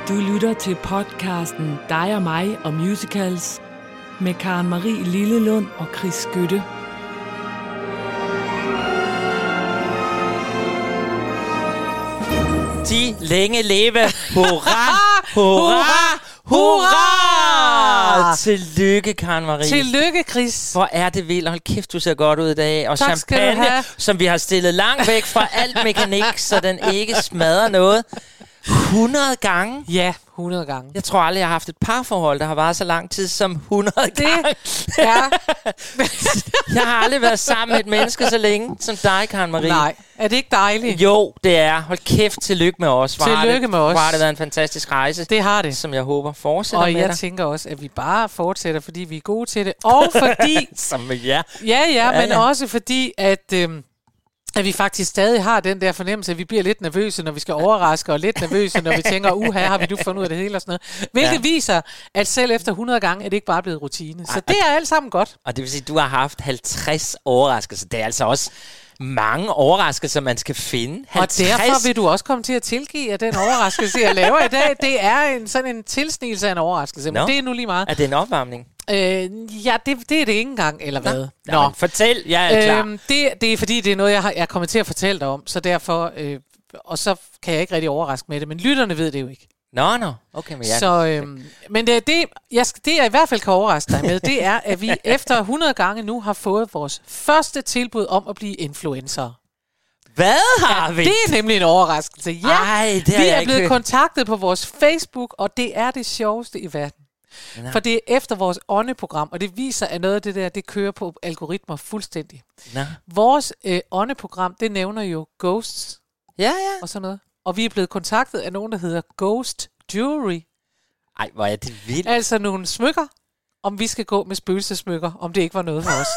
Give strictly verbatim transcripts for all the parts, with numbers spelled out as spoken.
Du lytter til podcasten Dig og mig og musicals med Karen Marie Lillelund og Chris Skytte. De længe leve. Hurra, hurra, hurra! Tillykke, Karen Marie. Tillykke, Chris. Hvor er det vildt. Hold kæft, du ser godt ud i dag. Og tak, champagne, som vi har stillet langt væk fra alt mekanik, så den ikke smadrer noget. hundrede gange? Ja, hundrede gange. Jeg tror aldrig, jeg har haft et parforhold, der har varet så lang tid som hundrede det, gange. Ja. Jeg har aldrig været sammen med et menneske så længe som dig, Karen Marie. Nej, er det ikke dejligt? Jo, det er. Hold kæft, tillykke med os. Tillykke det, med os. Hvor har det været en fantastisk rejse. Det har det. Som jeg håber fortsætter og med jeg dig. tænker også, at vi bare fortsætter, fordi vi er gode til det. Og fordi... som med jer. Ja, ja, ja, men ja. også fordi, at... Øhm, at vi faktisk stadig har den der fornemmelse, at vi bliver lidt nervøse, når vi skal overraske, og lidt nervøse, når vi tænker, uha, har vi nu fundet ud af det hele og sådan noget. Hvilket ja. viser, at selv efter hundrede gange er det ikke bare blevet rutine. Så Ej, det er alt sammen godt. Og det vil sige, at du har haft halvtreds overraskelser. Det er altså også mange overraskelser, man skal finde. halvtreds. Og derfor vil du også komme til at tilgive, at den overraskelse, jeg laver i dag, det er en, sådan en tilsnigelse af en overraskelse. Men Nå. det er nu lige meget. Er det en opvarmning? Øh, ja, det, det er det ikke engang, eller hvad? Nå. Nå. Nå. Fortæl, jeg er klar. Øhm, det, det er fordi, det er noget, jeg, har, jeg er kommet til at fortælle dig om, så derfor, øh, og så kan jeg ikke rigtig overraske med det, men lytterne ved det jo ikke. Nå, nå. Okay, men jeg... Så, øhm, men det, det, jeg, det, jeg i hvert fald kan overraske dig med, det er, at vi efter hundrede gange nu har fået vores første tilbud om at blive influencer. Hvad har ja, vi? Det er nemlig en overraskelse. Ja, Ej, det vi er jeg blevet ikke kontaktet på vores Facebook, og det er det sjoveste i verden. Ja. For det er efter vores åndeprogram, og det viser, at noget af det der, det kører på algoritmer fuldstændig. Ja. Vores øh, åndeprogram, det nævner jo ghosts. Ja, ja. Og sådan noget. Og vi er blevet kontaktet af nogen, der hedder Ghost Jewelry. Ej, hvor er det vildt. Altså nogle smykker, om vi skal gå med spøgelsesmykker, om det ikke var noget for os.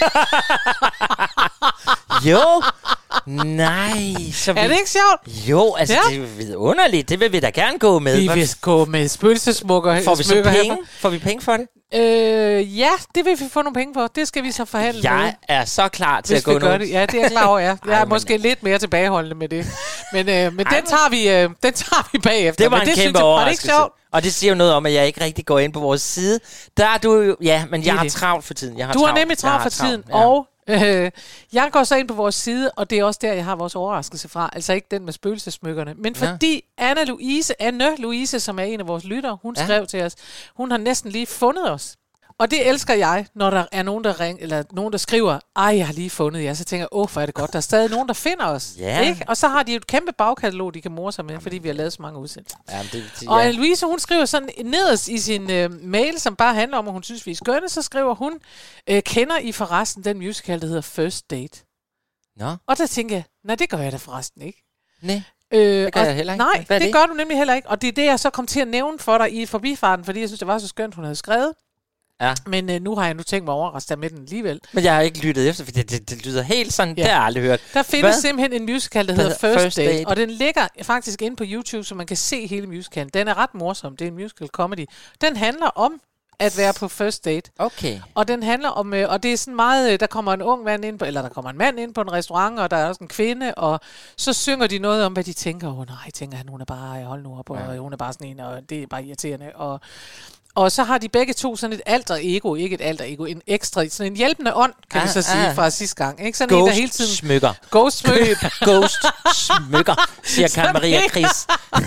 Jo. Nej. Så vi... Er det ikke sjovt? Jo, altså ja. det er vidunderligt. Det vil vi da gerne gå med. Vi vil gå med spøgelsesmykker. Får vi så penge? Herfor. Får vi penge for det? Øh, ja, det vil vi få nogle penge for. Det skal vi så forhandle jeg med. Jeg er så klar til Hvis at gå nu. Det. Ja, det er jeg klar over, ja. Jeg er Ej, måske men... lidt mere tilbageholdende med det. Men, øh, men Ej, den, tager vi, øh, den tager vi bagefter. Det var men en det kæmpe jeg, overraskelse. Og det siger jo noget om, at jeg ikke rigtig går ind på vores side. Der er du jo... Ja, men jeg har travlt for tiden. Jeg har du travlt. har nemlig travlt for tiden, ja. Og... Øh, jeg går så ind på vores side, og det er også der, jeg har vores overraskelse fra. Altså ikke den med spøgelsesmykkerne. Men ja. fordi Anna Louise, Anne Louise, som er en af vores lyttere, hun ja. skrev til os, hun har næsten lige fundet os. Og det elsker jeg, når der er nogen, der ring, eller nogen, der skriver, ej, jeg har lige fundet jer. Så tænker jeg, åh, hvor er det godt. Der er stadig nogen, der finder os. Yeah. Ikke? Og så har de et kæmpe bagkatalog, de kan more sig med, fordi vi har lavet så mange udsendelser. Ja, det, det, og ja. Louise, hun skriver sådan nederst i sin øh, mail, som bare handler om, at hun synes, vi er skønne, så skriver hun, øh, kender I forresten den musical, der hedder First Date? Nå. Og der tænker jeg, nej, det gør jeg da forresten ikke. Nej. Øh, det gør og, jeg heller ikke. Nej, Hvad det, det gør du nemlig heller ikke. Og det er det, jeg så kom til at nævne for dig i forbifarten, fordi jeg synes, det var så skønt, hun havde skrevet. Ja. Men øh, nu har jeg nu tænkt mig overrasket dig med den alligevel. Men jeg har ikke lyttet efter, for det, det, det lyder helt sådan, ja. Det har jeg aldrig hørt. Der findes Hvad? simpelthen en musical, der hedder First, First Date, Date, og den ligger faktisk inde på YouTube, så man kan se hele musicalen. Den er ret morsom, det er en musical comedy. Den handler om at være på first date. Okay. Og den handler om, øh, og det er sådan meget, øh, der kommer en ung mand ind på, eller der kommer en mand ind på en restaurant, og der er også en kvinde, og så synger de noget om, hvad de tænker. Åh oh, nej, tænker han, hun er bare, hold nu op, og ja. hun er bare sådan en, og det er bare irriterende, og Og så har de begge to sådan et alter ego, ikke et alter ego, en ekstra, sådan en hjælpende ånd, kan ah, vi så sige, ah. fra sidste gang. Ikke? Sådan ghost en, der hele tiden... smykker. Ghost smykker. Ghost smykker, siger Karen Marie og Chris.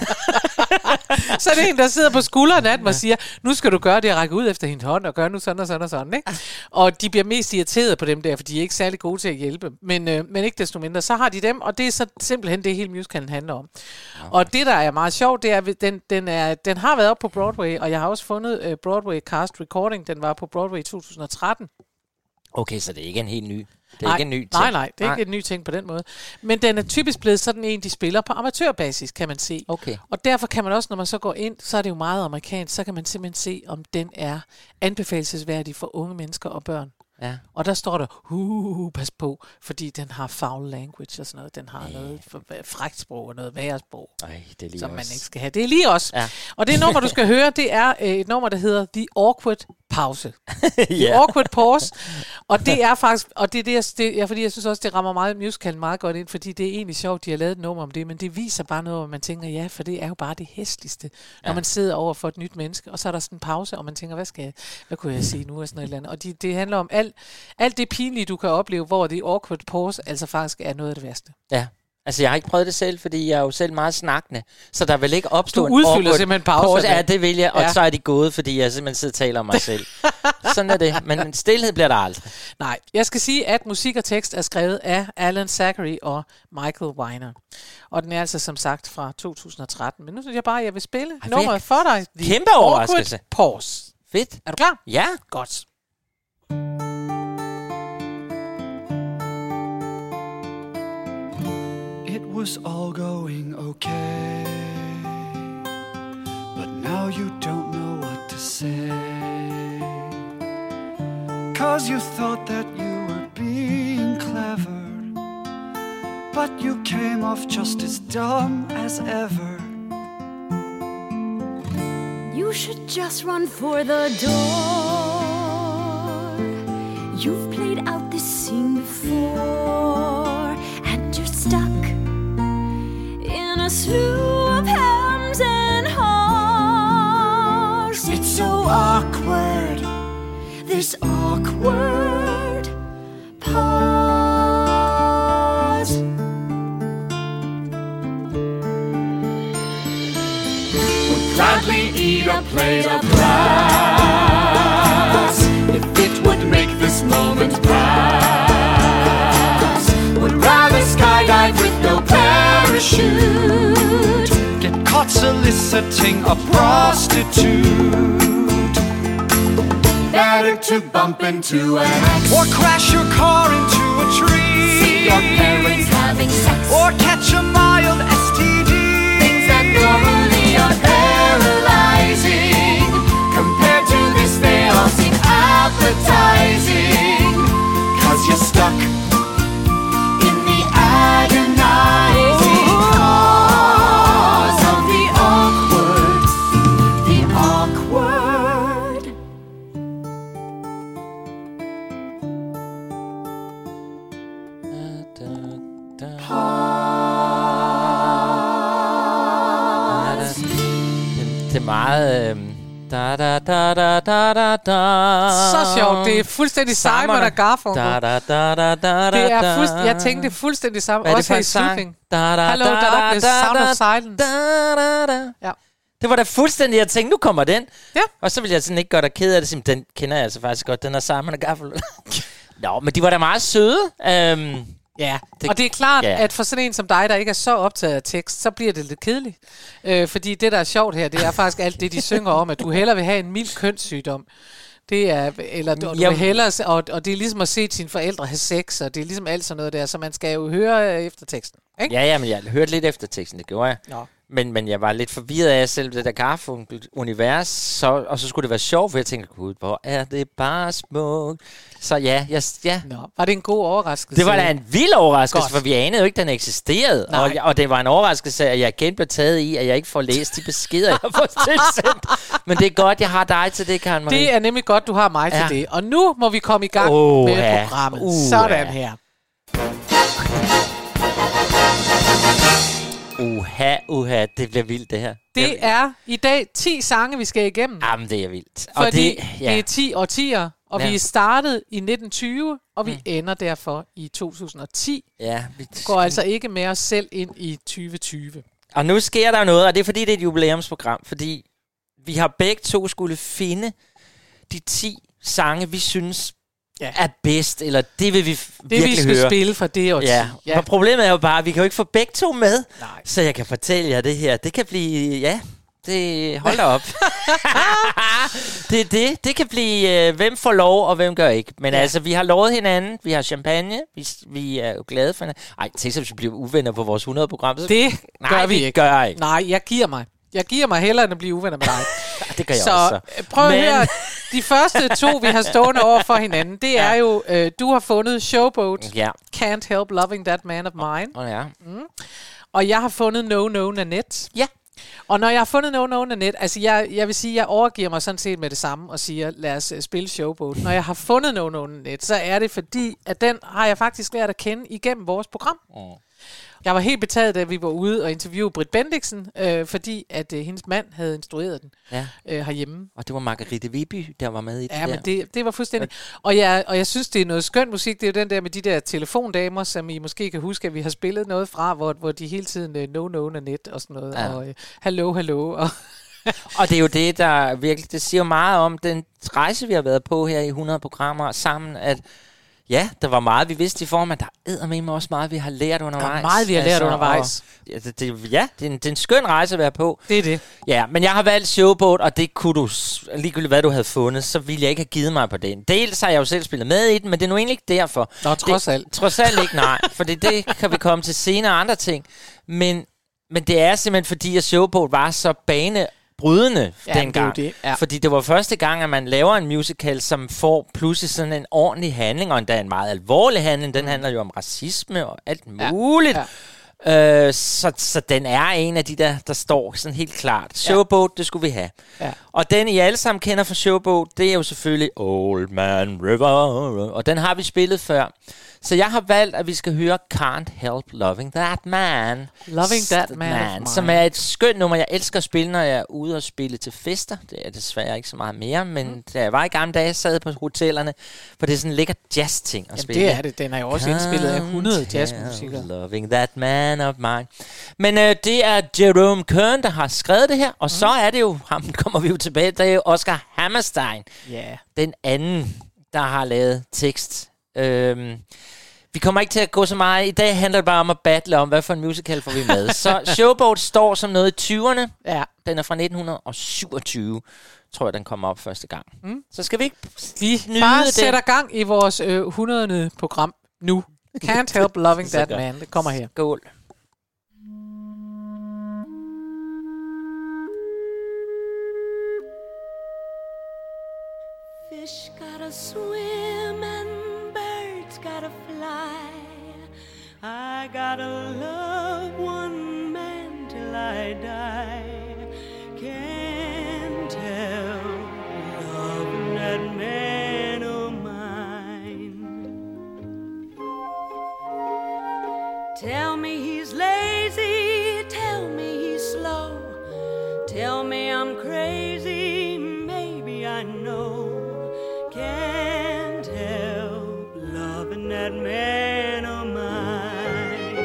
Så er det en, der sidder på skulderen af dem og siger, nu skal du gøre det, og række ud efter hendes hånd, og gøre nu sådan og sådan og sådan. Ikke? Og de bliver mest irriteret på dem der, for de er ikke særlig gode til at hjælpe. Men, øh, men ikke desto mindre, så har de dem, og det er så simpelthen det, hele musicalen handler om. Okay. Og det, der er meget sjovt, det er, at den, den, er, den har været op på Broadway, og jeg har også fundet uh, Broadway Cast Recording, den var på Broadway i to tusind og tretten. Okay, så det er ikke en helt ny. Det er nej, ikke en ny ting. Nej, nej, det er nej. ikke en ny ting på den måde. Men den er typisk blevet sådan en, de spiller på amatørbasis, kan man se. Okay. Og derfor kan man også, når man så går ind, så er det jo meget amerikansk, så kan man simpelthen se, om den er anbefalelsesværdig for unge mennesker og børn. Ja. Og der står der, uh, pas på, fordi den har foul language og sådan noget. Den har ja. noget frækt sprog og noget værre sprog, Ej, det er lige som også. man ikke skal have. Det er lige også. Ja. Og det nummer, du skal høre, det er øh, et nummer, der hedder The Awkward Pause. Ja. The Awkward Pause. Og det er faktisk, og det er det, jeg, det, ja, fordi jeg synes også, det rammer meget musicalen meget godt ind, fordi det er egentlig sjovt, de har lavet et nummer om det, men det viser bare noget, hvor man tænker, ja, for det er jo bare det hæsligste, når ja. man sidder over for et nyt menneske, og så er der sådan en pause, og man tænker, hvad skal jeg, hvad kunne jeg sige nu, og sådan noget eller andet. Og de, det handler om alt, alt det pinlige, du kan opleve, hvor det awkward pause altså faktisk er noget af det værste. Ja. Altså, jeg har ikke prøvet det selv, fordi jeg er jo selv meget snakkende. Så der vil ikke opstå du en udfylder simpelthen pauser. pause. Ja, det vil jeg, og ja. så er de gået, fordi jeg simpelthen sidder og taler om mig selv. Sådan er det. Men stillhed bliver der aldrig. Nej, jeg skal sige, at musik og tekst er skrevet af Alan Zachary og Michael Weiner. Og den er altså som sagt fra to tusind og tretten. Men nu synes jeg bare, at jeg vil spille Ej, nummeret for dig. Kæmpe overraskelse. Pause. Fedt. Er du klar? Ja. Godt. It was all going okay, but now you don't know what to say, 'cause you thought that you were being clever, but you came off just as dumb as ever. You should just run for the door. You've played out this scene before, and you're stuck in a slew of hams and haws. It's so awkward, This awkward pause. would gladly eat a plate of glass if it would make this moment pass. Would rather skydive with no parachute, get caught soliciting a prostitute. Better to bump into an ex, or crash your car into a tree, See your parents having sex, or catch a mild S T D. things that normally are paralyzing. Compared to this, they all seem appetizing, 'cause you're stuck in the agonizing cause of the awkward, the awkward. Det er meget... Øh, da, da, da, da, da, da, da. Så sjovt. Det er fuldstændig Simon og Garfunkel. Da, da, da, da, da, Det er da. fuldstændig... Jeg tænkte det fuldstændig samme. Hvad er det Også for her en i sang? slutningen. Da, da, Hello, da, darkness, da, sound da, of silence. da, da, da. Ja. Det var da fuldstændig, jeg tænkte, nu kommer den. Ja. Og så ville jeg sådan ikke gøre dig ked af det. Den kender jeg altså faktisk godt. Den er Simon og Garfunkel. Nå, men de var da meget søde. Øhm, Ja, Det- det, og det er klart, ja. ja. at for sådan en som dig, der ikke er så optaget af tekst, så bliver det lidt kedeligt. Øh, fordi det, der er sjovt her, det er faktisk alt det, de synger om, at du hellere vil have en mild kønssygdom. Det er, eller du, du Jamen. vil hellere, se- og, og det er ligesom at se sine forældre have sex, og det er ligesom alt sådan noget der, så man skal jo høre øh, efter teksten. Ikke? ja, ja, men jeg hørte lidt efter teksten, det gjorde jeg. Nå. Men, men jeg var lidt forvirret af selv det der Garfunkel-univers, så, og så skulle det være sjovt, for jeg tænkte, gud, hvor er det bare smukt. Så ja, jeg, ja. Nå, var det en god overraskelse? Det var da en vild overraskelse, Godt. for vi anede jo ikke, den eksisterede. Nej. Og, og det var en overraskelse, at jeg igen blev taget i, at jeg ikke får læst de beskeder, jeg har fået tilsendt. Men det er godt, jeg har dig til det, Karen Marie. Det er nemlig godt, du har mig Ja. til det. Og nu må vi komme i gang Åh, med ja. programmet. Uh, Sådan ja. her. Uha, uha, det bliver vildt, det her. Det er i dag ti sange, vi skal igennem. Jamen, det er vildt. Fordi Og det, ja. det er ti årtier, og Ja. vi er startet i nitten tyve, og vi Mm. ender derfor i to tusind og ti. ja, vi Går altså ikke med os selv ind i tyve tyve. Og nu sker der noget, og det er fordi, det er et jubilæumsprogram, fordi vi har begge to skulle finde de ti sange, vi synes Ja. er bedst, eller det vil vi f- Det virkelig vi skal høre. spille fra det årti. Ja. ja, og problemet er jo bare, at vi kan jo ikke få begge to med, Nej. så jeg kan fortælle jer det her. Det kan blive, ja, det, hold da op. det er det. Det kan blive, øh, hvem får lov, og hvem gør ikke. Men Ja. ja. altså, vi har lovet hinanden, vi har champagne, vi, vi er jo glade for hinanden. Ej, tænk så, hvis vi bliver uvenner på vores hundrede program. Så Det Nej, gør vi vi ikke. gør ikke. Nej, jeg giver mig. Jeg giver mig hellere, end at blive uvenner med dig. Det gør jeg så også. Så prøv Men... at høre, de første to, vi har stående over for hinanden, det er jo, øh, du har fundet Showboat, ja. Can't Help Loving That Man of Mine. Oh, ja. mm. Og jeg har fundet No No Nanette. Ja. Og når jeg har fundet No No Nanette, altså jeg, jeg vil sige, jeg overgiver mig sådan set med det samme og siger, lad os uh, spille Showboat. Når jeg har fundet No No Nanette, så er det fordi, at den har jeg faktisk lært at kende igennem vores program. Mm. Jeg var helt betaget, da vi var ude og interviewe Britt Bendiksen, øh, fordi at øh, hendes mand havde instrueret den ja. øh, herhjemme. Og det var Margrethe Viby, der var med i det ja, der. men det, det var fuldstændig. Og jeg, og jeg synes, det er noget skønt musik. Det er jo den der med de der telefondamer, som I måske kan huske, at vi har spillet noget fra, hvor, hvor de hele tiden øh, no, no, Nanette og sådan noget. Ja. Og øh, hallo, hallo. Og, og det er jo det, der virkelig, det siger meget om den rejse, vi har været på her i hundrede programmer sammen, at ja, der var meget, vi vidste i form, at der er med også meget, vi har lært undervejs. Der er meget, vi har lært altså, undervejs. Og, ja, det, det, ja det, er en, det er en skøn rejse at være på. Det er det. Ja, men jeg har valgt Showboat, og det kunne du, ligegyldigt hvad du havde fundet, så ville jeg ikke have givet mig på den. Dels har jeg jo selv spillet med i den, men det er nu egentlig ikke derfor. Nå, trods alt. Det, trods alt ikke, nej. For det, det kan vi komme til senere andre ting. Men, men det er simpelthen fordi, at Showboat var så bane brydende ja, dengang. Det, ja. Fordi det var første gang, at man laver en musical, som får pludselig sådan en ordentlig handling, og endda en meget alvorlig handling. Den handler jo om racisme og alt muligt. Ja. Ja. Øh, så, så den er en af de der, der står sådan helt klart. Showboat, ja. Det skulle vi have. Ja. Og den, I alle sammen kender fra Showboat, det er jo selvfølgelig Old Man River. Og den har vi spillet før. Så jeg har valgt, at vi skal høre Can't Help Loving That Man. Loving That Man, man som er et skønt nummer. Jeg elsker at spille, når jeg er ude og spille til fester. Det er desværre ikke så meget mere, men mm. da jeg var i gamle dage, sad på hotellerne, for det er sådan en lækker jazz-ting at Jamen, spille. det er det. Den er jo også indspillet af hundrede jazzmusikere. Loving That Man of Mine. Men øh, det er Jerome Kern, der har skrevet det her, og mm. så er det jo, ham kommer vi jo tilbage, der er jo Oscar Hammerstein. Yeah. Den anden, der har lavet tekst. Øhm, vi kommer ikke til at gå så meget. I dag handler det bare om at battle om, hvad for en musical får vi med. Så Showboat står som noget i tyverne. Ja. Den er fra nitten syvogtyve, tror jeg, den kommer op første gang. Mm. Så skal vi ikke vi bare sætter gang i vores øh, hundrede program nu. Can't Help Loving That Man. Det kommer her. Skål. Fish gotta swim and birds gotta fly. I gotta love one man till I die. Can't help loving that man of mine. Tell me he's lazy, tell me he's slow, tell me I'm crazy, maybe I know. Can't help loving that man of mine.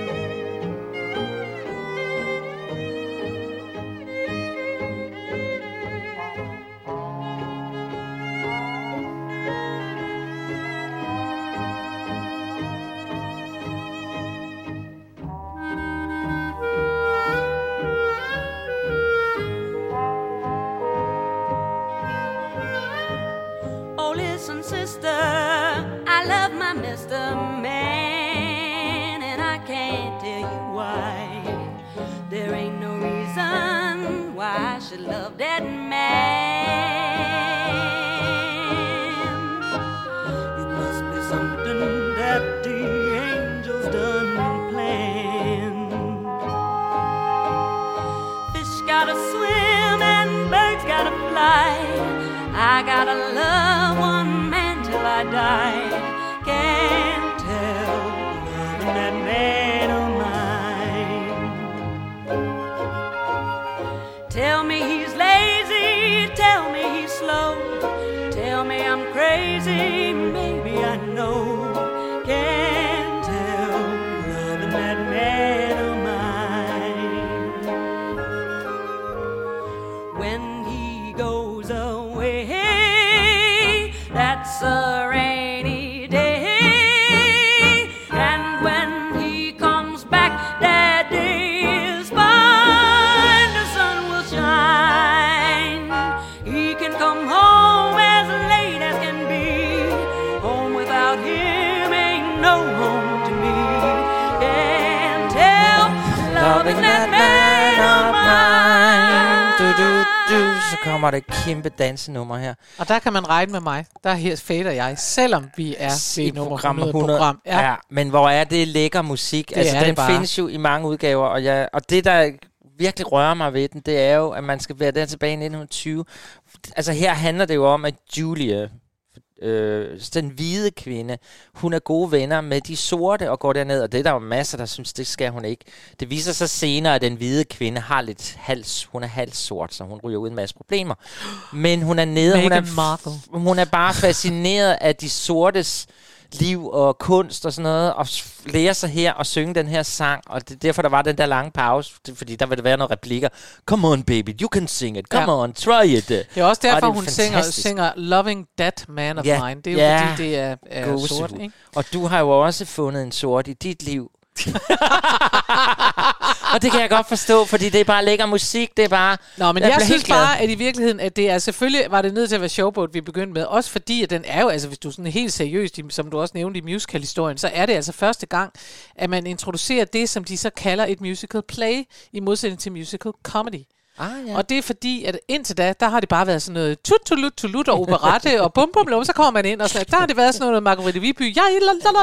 Oh, listen, sister, I love my Mister Man, and I can't tell you why. There ain't no reason why I should love that man. It must be something that the angels done planned. Fish gotta swim and birds gotta fly. I gotta love one man till I die. Can't help loving that man of mine. Tell me he's lazy, tell me he's slow, tell me I'm crazy, maybe I know. Can't help loving that man of mine. When he goes away, that's a rainy day, and when he comes back, that day is fine. The sun will shine. He can come home as late as can be. Home without him ain't no home to me. Can't help loving that man of mine. Du, du, du. Så kommer der et kæmpe dansenummer her. Og der kan man regne med mig. Der her fader jeg, selvom vi er ved nummer hundrede hundrede. program. Ja. ja, men hvor er det lækker musik. Det altså, er den det bare. findes jo i mange udgaver, og, jeg, og det, der virkelig rører mig ved den, det er jo, at man skal være der tilbage i nitten tyve. Altså, her handler det jo om, at Julia, øh, den hvide kvinde, hun er gode venner med de sorte og går derned, og det er der jo masser, der synes, det skal hun ikke. Det viser sig senere, at den hvide kvinde har lidt hals, hun er halssort, så hun ryger ud en masse problemer. Men hun er nede, hun er, hun er bare fascineret af de sortes liv og kunst og sådan noget, og lære sig her og synge den her sang, og det er derfor, der var den der lange pause, fordi der vil der være nogle replikker. Come on, baby, you can sing it. Come ja. on, try it. Det er også derfor, er hun synger, synger Loving That Man of ja. Mine. Det er jo ja. fordi, det er, er sort, ikke? Og du har jo også fundet en sort i dit liv. Og det kan jeg godt forstå, fordi det er bare lækker musik, det er bare... Nå, men jeg, jeg synes bare, at i virkeligheden, at det er selvfølgelig, var det nødt til at være Showboat, vi begyndte med, også fordi, at den er jo, altså hvis du er sådan helt seriøst, som du også nævnte i musical-historien, så er det altså første gang, at man introducerer det, som de så kalder et musical play, i modsætning til musical comedy. Ah, ja. Og det er fordi, at indtil da, der har det bare været sådan noget tut-tulut, tulut og operette og bum bum lum, så kommer man ind og sådan, der har det været sådan noget Margrethe Viby, ja,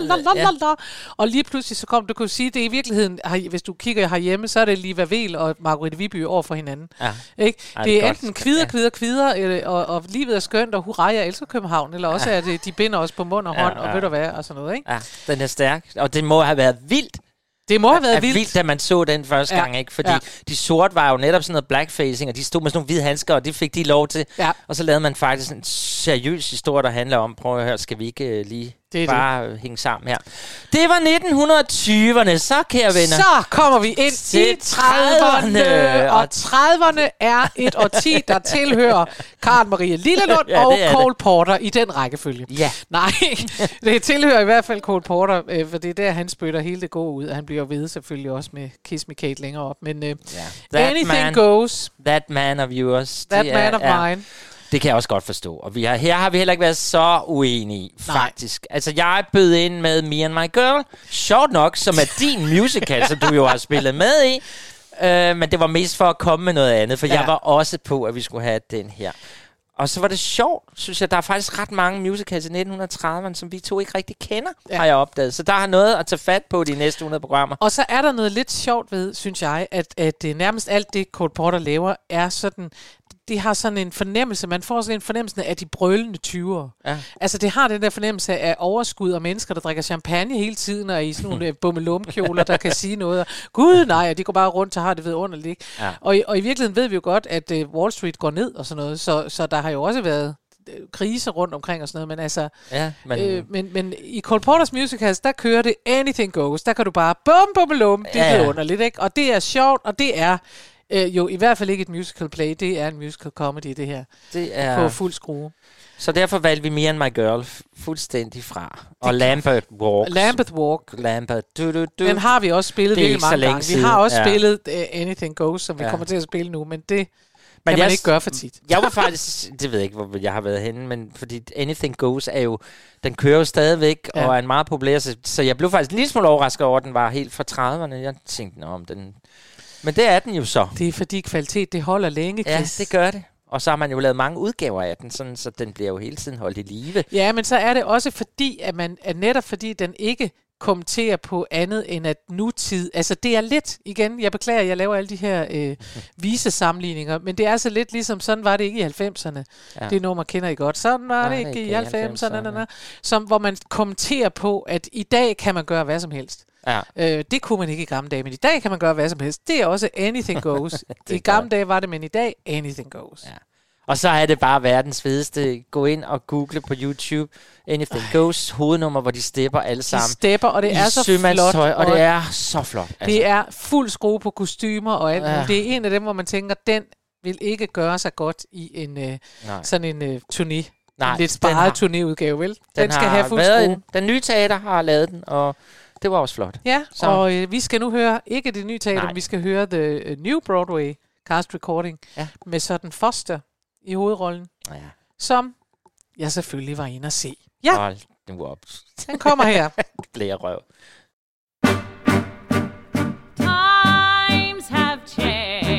la, og lige pludselig så kom du kunne sige, det er i virkeligheden, hvis du kigger herhjemme, så er det Liva Vel og Margrethe Viby over for hinanden. Ja. Ikke? Ej, det er, er enten kvider, kvider, kvider, og, og livet er skønt, og hurra, jeg elsker København, eller også ja. er det, de binder os på mund og hånd, ja, ja. og ved du hvad, og sådan noget, ikke? Ja, den er stærk, og det må have været vildt. Det må have været vildt. vildt, da man så den første ja. gang, ikke? Fordi ja. de sorte var jo netop sådan noget blackfacing, og de stod med sådan nogle hvide handsker, og det fik de lov til. Ja. Og så lavede man faktisk en seriøs historie, der handler om, prøv at høre, skal vi ikke uh, lige det bare det. hænge sammen her. Det var nitten tyverne, så kære venner. Så kommer vi ind til i trediverne, og trediverne er et årti, der tilhører Karen Marie Lillelund ja, og Cole det. Porter i den rækkefølge. Ja. Nej, det tilhører i hvert fald Cole Porter, øh, for det er der, han spytter hele det gode ud. Han bliver ved selvfølgelig også med Kiss Me Kate længere op, men øh, yeah. Anything man, Goes. That Man of Yours. That Man of er, Mine. Det kan jeg også godt forstå. Og vi har, her har vi heller ikke været så uenige, faktisk. Nej. Altså, jeg bød ind med Me and My Girl. Sjovt nok, som er din musical, som du jo har spillet med i. Uh, men det var mest for at komme med noget andet, for ja. jeg var også på, at vi skulle have den her. Og så var det sjovt, synes jeg. Der er faktisk ret mange musicals i nitten trediverne, som vi to ikke rigtig kender, ja. har jeg opdaget. Så der har noget at tage fat på de næste hundrede programmer. Og så er der noget lidt sjovt ved, synes jeg, at, at det nærmest alt det, Cole Porter laver, er sådan... Det har sådan en fornemmelse, man får sådan en fornemmelse af de brølende tyvere. Ja. Altså det har den der fornemmelse af overskud og mennesker, der drikker champagne hele tiden, og er i sådan nogle bummelumkjoler, der kan sige noget. Gud nej, og de går bare rundt og har det vidunderligt. Ja. Og, og i virkeligheden ved vi jo godt, at uh, Wall Street går ned og sådan noget, så, så der har jo også været krise rundt omkring og sådan noget, men altså ja, men, øh, men, men i Cole Porters musicals, der kører det Anything Goes, der kan du bare bum bum bum, det er ja. vidunderligt, ikke? Og det er sjovt, og det er Øh, jo, i hvert fald ikke et musical play. Det er en musical comedy, det her. Det er på fuld skrue. Så derfor valgte vi Me and My Girl fuldstændig fra. Og Lambert Walk. Lambert Walk. Lambert. Du, du, du. Den har vi også spillet virkelig mange gange. Siden. Vi har også ja. spillet uh, Anything Goes, som ja. vi kommer til at spille nu, men det men kan jeg, man ikke gøre for tit. Jeg var faktisk, det ved jeg ikke, hvor jeg har været henne, men fordi Anything Goes er jo, den kører jo stadigvæk, ja. og er en meget populær, så, så jeg blev faktisk en lille smule overrasket over, at den var helt fra trediverne. Jeg tænkte, om den... Men det er den jo så. Det er fordi kvalitet, det holder længe, Chris. Ja, det gør det. Og så har man jo lavet mange udgaver af den, sådan, så den bliver jo hele tiden holdt i live. Ja, men så er det også fordi, at man at netop fordi den ikke kommenterer på andet end at nutid. Altså det er lidt, igen, jeg beklager, jeg laver alle de her øh, visesammenligninger, men det er så lidt ligesom, sådan var det ikke i halvfemserne. Ja. Det nummer kender I godt. Sådan var Nej, det ikke i halvfemserne. Ja. Som, hvor man kommenterer på, at i dag kan man gøre hvad som helst. Ja. Øh, det kunne man ikke i gamle dage, men i dag kan man gøre hvad som helst. Det er også anything goes. I gamle dage var det, men i dag anything goes. Ja. Og så er det bare verdens fedeste. Gå ind og google på YouTube Anything Ej. Goes hovednummer, hvor de stepper alle sammen. De stepper, og det er så flot. Og, og det er så flot. Altså. Det er fuld skrue på kostymer og alt. Ja. Det er en af dem, hvor man tænker, den vil ikke gøre sig godt i en øh, sådan en øh, turné. Nej, en lidt sparet turnéudgave, vel? Den, den skal have fuld skrue. En, den nye teater har lavet den, og det var også flot. Ja, så. og øh, vi skal nu høre, ikke det nye teater, men vi skal høre The uh, New Broadway cast recording ja. med sådan Foster i hovedrollen, ja. som jeg selvfølgelig var inde at se. Ja, Hold nu op. Den kommer her. Blære røv. Times have changed.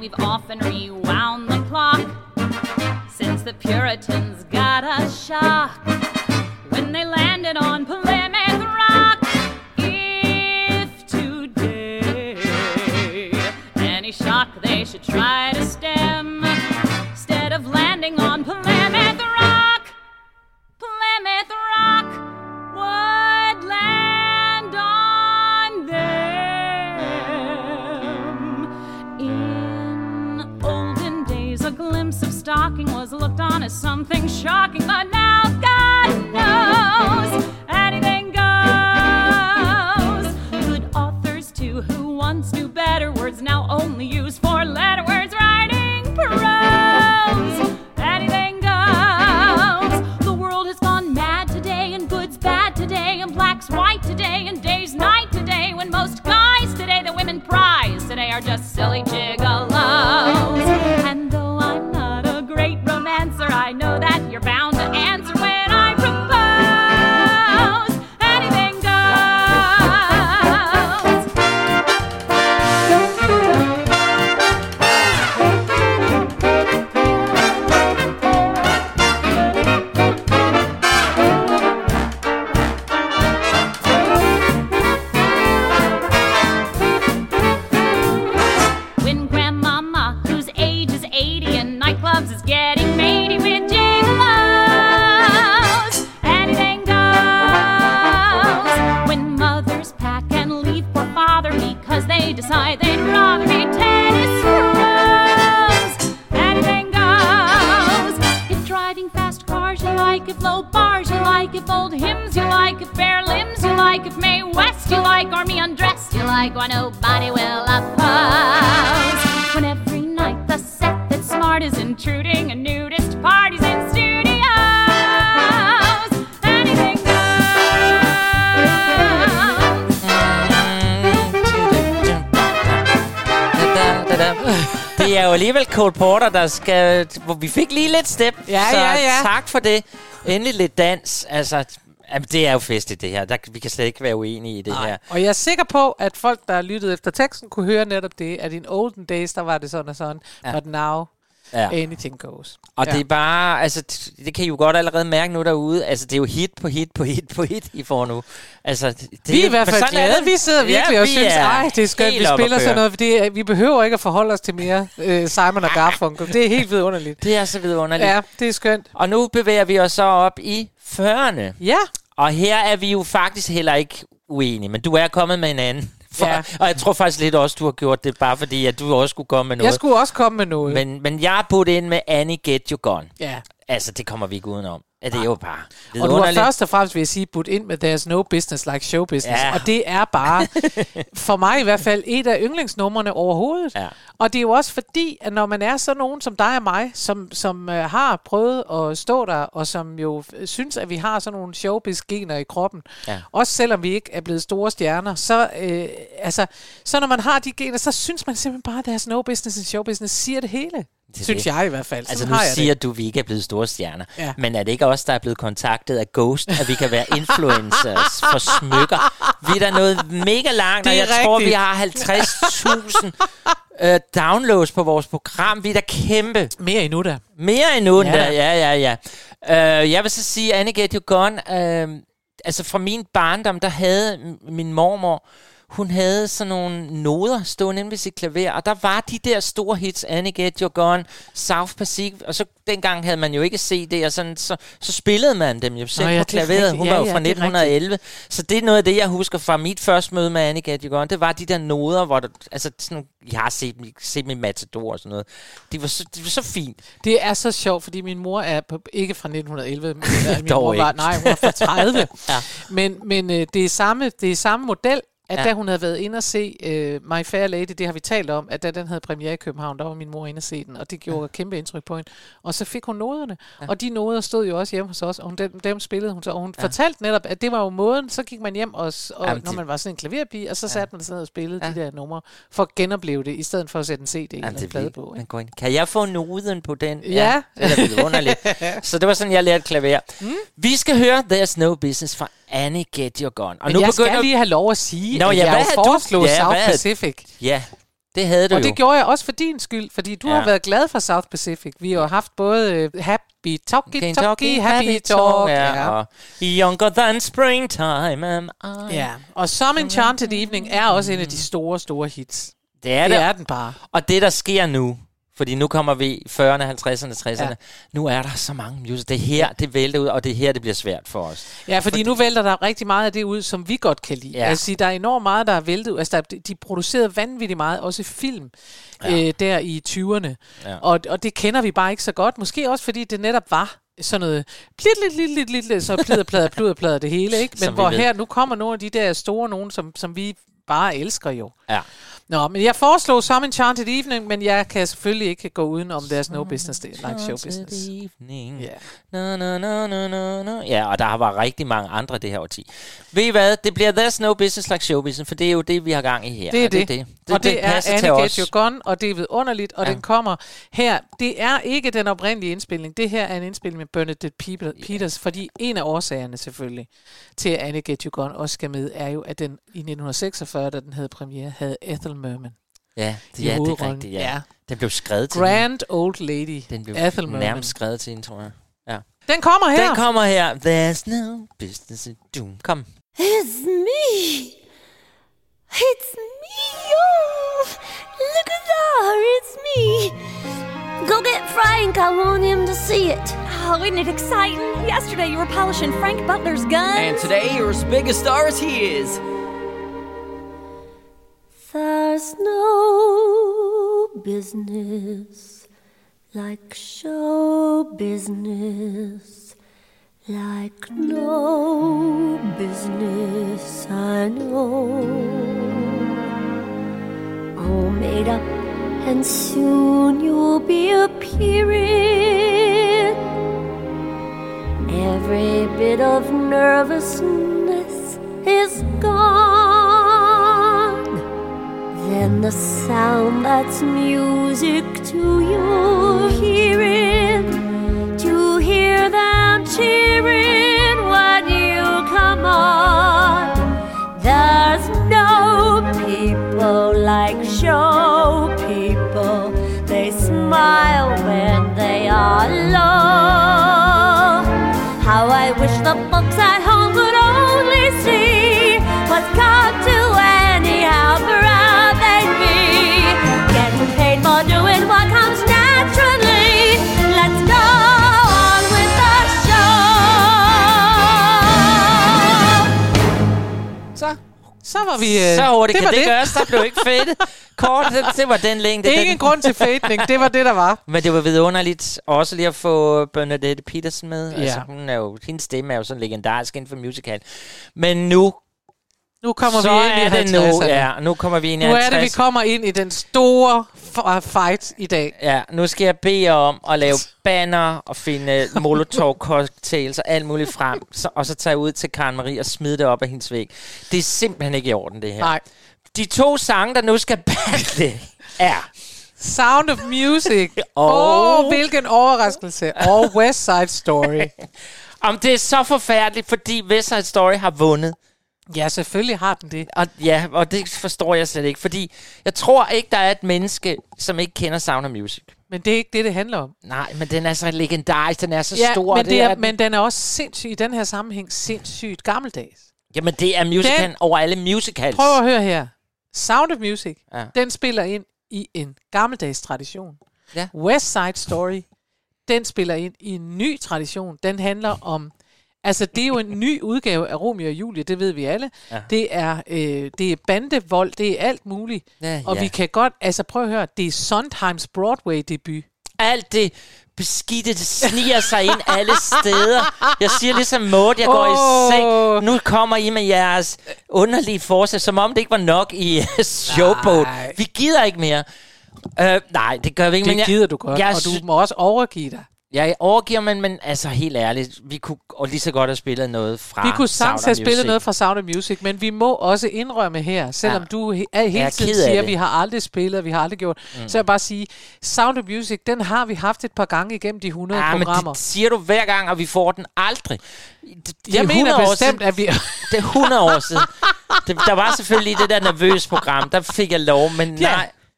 we've often rewound the clock since the Puritans got a shock when they landed on Plymouth Rock. If today any shock they should try to stem, instead of landing on Plymouth Rock, Plymouth Rock would land on them. In olden days, a glimpse of stocking was looked on as something shocking, but now God knows anything goes. Good authors too, who once knew better words, now only use four-letter words, writing prose. Anything goes. The world has gone mad today, and good's bad today, and black's white today, and day's night today, when most guys today that women prize today are just silly gigolos. And though I'm not a great romancer, I know that you're bound to answer when I propose. Anything goes. When grandmama, whose age is eighty, and nightclubs is getting matey with gigolos, anything goes. When mothers pack and leave for father because they decide they'd rather be tennis pros, anything goes. If driving fast cars you like, if low bars you like, if old hymns you like, if bare limbs you like, if Mae West you like, or me undressed you like, why nobody will oppose. When every night the set that's smart is intruding, and nudist parties in studios, anything Det er jo alligevel Cole Porter, der skal... Hvor vi fik lige lidt step, Ja, så ja, ja. tak for det. Endelig lidt dans. Altså, jamen, det er jo festligt, det her. Der, vi kan slet ikke være uenige i det her. Og jeg er sikker på, at folk, der lyttede efter teksten, kunne høre netop det, at in olden days, der var det sådan og sådan, ja. But now, Ja. anything goes. Og Ja. det er bare, altså, t- det kan I jo godt allerede mærke nu derude. Altså, det er jo hit på hit på hit på hit, I får nu. Altså, det, Vi er i hvert men fald sådan er glade. det. Vi sidder virkelig Ja, og vi synes, er ej, det er skønt, helt vi oppe at spiller sådan køre. noget, fordi øh, vi behøver ikke at forholde os til mere øh, Simon og Garfunkel. Det er helt vidunderligt. Det er så vidunderligt. Ja, det er skønt. Og nu bevæger vi os så op i fyrrerne. Ja, Og her er vi jo faktisk heller ikke uenige, men du er kommet med en anden. For, Ja. Og jeg tror faktisk lidt også, du har gjort det, bare fordi, at du også skulle komme med noget. jeg skulle også komme med noget. Men, men jeg har puttet ind med Annie Get You Gone. Ja. Altså, det kommer vi ikke udenom. Ja, det er jo bare Og du har vidunderligt. først og fremmest, vil jeg sige, budt ind med There's No Business Like Show Business. Ja. Og det er bare, for mig i hvert fald, et af yndlingsnumrene overhovedet. Ja. Og det er jo også fordi, at når man er sådan nogen som dig og mig, som, som uh, har prøvet at stå der, og som jo øh, synes, at vi har sådan nogle showbiz-gener i kroppen, Ja. også selvom vi ikke er blevet store stjerner, så, øh, altså, så når man har de gener, så synes man simpelthen bare, at There's No Business in Show Business siger det hele. Det Synes det. jeg i hvert fald. Altså, Sådan nu har jeg siger det. du, at vi ikke er blevet store stjerner. Ja. Men er det ikke os, der er blevet kontaktet af Ghost, at vi kan være influencers for smykker? Vi er da noget mega langt, Det og er jeg tror, vi rigtigt. har halvtreds tusind øh, downloads på vores program. Vi er da kæmpe. Mere endnu da. Mere end uden Ja. ja. ja, ja, ja. Uh, jeg vil så sige, Annie Get You Gone, uh, altså fra min barndom, der havde m- min mormor, hun havde sådan nogle noder stående inde ved sit klaver, og der var de der store hits, Annie Get You Gone, South Pacific, og så dengang havde man jo ikke C D, og sådan, så, så spillede man dem jo selv Nå ja, på det er klaveret. rigtigt. Hun Ja, var jo ja, fra det er nitten elleve, så det er noget af det, jeg husker fra mit første møde med Annie Get You Gone. Det var de der noder, hvor der, altså sådan, jeg har set, set min Matador og sådan noget. De var så, de var så fint. Det er så sjovt, fordi min mor er på, ikke fra nitten elleve, men min Dog mor var, ikke. nej, hun var fra tredive. Ja. Men, men øh, det, er samme, det er samme model, at Ja. da hun havde været inde og se uh, My Fair Lady, det har vi talt om, at da den havde premiere i København, der var min mor inde og se den, og det gjorde ja. kæmpe indtryk på hende. Og så fik hun noderne, ja. og de noder stod jo også hjemme hos os, og hun, dem, dem spillede hun så. Og hun ja. fortalte netop, at det var jo måden, så gik man hjem, og, og Jamen, når det- man var sådan en klaverpige, og så Ja. satte man sig ned og spillede Ja. de der numre, for at genopleve det, i stedet for at sætte en C D eller en det er plade vildt. på. Man går ind. Kan jeg få noden på den? Ja. Det er da vidunderligt. Så det var sådan, jeg lærte klaver. Mm. Vi skal høre There's No Business fra Annie Get Your Gone. Og Men nu jeg begynder skal lige have lov at sige, Nå, at ja, jeg hvad jo havde du- foreslog Ja, South hvad havde- Pacific. Ja, Det havde du Og jo. det gjorde jeg også for din skyld, fordi du Ja. har været glad for South Pacific. Vi har jo haft både uh, Happy Talky Talky, Happy Talk. Ja, og Younger Than Springtime am I. ja. Og Some Enchanted Evening er også en af de store, store hits. Det er Det det. er den bare. Og det, der sker nu, fordi nu kommer vi i fyrrerne, halvtredserne, tresserne. Ja. Nu er der så mange music. Det er her, det vælter ud, og det er her, det bliver svært for os. Ja, fordi, fordi nu vælter der rigtig meget af det ud, som vi godt kan lide. Ja. Altså, der er enormt meget, der er væltet ud. Altså, der, de producerede vanvittigt meget, også film, ja. øh, der i tyverne. Ja. Og, og det kender vi bare ikke så godt. Måske også, fordi det netop var sådan noget plit, lidt, lidt, lidt, lidt, lidt, så pliderplader, pliderplader, det hele, ikke? Men Som vi hvor ved. her, nu kommer nogle af de der store nogen, som, som vi bare elsker jo. Ja. Nå, men jeg foreslog Some Enchanted Evening, men jeg kan selvfølgelig ikke gå uden om There's No Business Day, like show business. Evening. Ja. No, no, no, no, no, no. Ja, og der var rigtig mange andre det her årti. Ved I hvad? Det bliver There's No Business Like Show Business, for det er jo det, vi har gang i her. Det er og det. det, er det. det Og det, det er passer til Annie os. Get Your Gun, og det er vidunderligt, og Ja. den kommer her. Det er ikke den oprindelige indspilning. Det her er en indspilning med Bernadette Peters, fordi en af årsagerne selvfølgelig til, at Annie Get Your Gun også skal med, er jo, at den i nitten seksogfyrre, da den havde premiere, havde Ethel Merman Ja, det, i ja, det er hovedrollen. rigtigt. Ja. Ja. Den blev skrevet til Grand Old Lady, Den blev Ethel Merman. nærmest skrevet til hende, tror jeg. Ja. Den kommer her. Den kommer her. There's no business in doom. Kom. It's me. It's me. Oh, look at that. It's me. Go get Frank. I want him to see it. Oh, isn't it exciting? Yesterday you were polishing Frank Butler's guns. And today you're as big a star as he is. There's no business like show business, like no business I know. All made up, and soon you'll be appearing. Every bit of nervousness is gone. Then the sound that's music to your hearing, to hear them cheering when you come on. There's no people like show people. They smile when they are low. How I wish the folks at home could only see what's come to any how proud they'd be. Getting paid for doing what comes naturally. Let's go on with the show. Så, så var vi... Øh, Så hurtigt det kan var det gøres. Der blev ikke fedt. Kort, det, det var den længde. Det er den. ikke en grund til fadning. Det var det, der var. Men det var vidunderligt også lige at få Bernadette Peters med. Ja. Altså, hun er jo, hendes stemme er jo sådan legendarisk inden for musical. Men nu, Nu kommer så vi ind i er det nu. halvtredserne. Ja, nu kommer vi ind i Nu er det, halvtreds. vi kommer ind i den store f- fight i dag. Ja, nu skal jeg bede jer om at lave banner og finde molotov-cocktails og alt muligt frem. Så, og så tage jeg ud til Karen Marie og smide det op af hendes væg. Det er simpelthen ikke i orden, det her. Nej. De to sange, der nu skal battle, er... Sound of Music. Åh, Og- oh, hvilken overraskelse. Og West Side Story. Om det er så forfærdeligt, fordi West Side Story har vundet. Ja, selvfølgelig har den det. Og ja, og det forstår jeg slet ikke, fordi jeg tror ikke, der er et menneske, som ikke kender Sound of Music. Men det er ikke det, det handler om. Nej, men den er så legendarisk, den er så Ja, stor. men, det er er, den. men den er også sindssygt, i den her sammenhæng, sindssygt gammeldags. Jamen, det er musical Den- over alle musicals. Prøv at høre her. Sound of Music, Ja. den spiller ind i en gammeldags tradition. Ja. West Side Story, den spiller ind i en ny tradition. Den handler om... Altså, det er jo en ny udgave af Romeo og Julie, det ved vi alle. Ja. Det er, øh, det er bandevold, det er alt muligt. Ja, og ja. vi kan godt... Altså, prøv at høre. Det er Sondheims Broadway-debut. Alt det beskidte, det sniger sig ind alle steder. Jeg siger ligesom Maud, jeg går Åh. i seng. Nu kommer I med jeres underlige forsæt, som om det ikke var nok i uh, Showboat. Nej. Vi gider ikke mere. Uh, nej, det gør vi ikke. Det men gider jeg, du godt, jeg og sy- du må også overgive dig. Jeg overgiver, men, men altså helt ærligt, vi kunne og lige så godt have spillet noget fra Vi kunne sagtens Sound have of spillet Music. noget fra Sound of Music, men vi må også indrømme her, selvom Ja. du he- er hele Jeg er tiden ked af siger, at det. vi har aldrig spillet, vi har aldrig gjort, mm. så jeg bare sige, Sound of Music, den har vi haft et par gange igennem de hundrede Ja, men programmer. det siger du hver gang, og vi får den aldrig. Det, det Jeg er mener hundrede år bestemt, siden. at vi... Det er hundrede år siden. Det, der var selvfølgelig det der nervøse program, der fik jeg lov, men Ja. nej.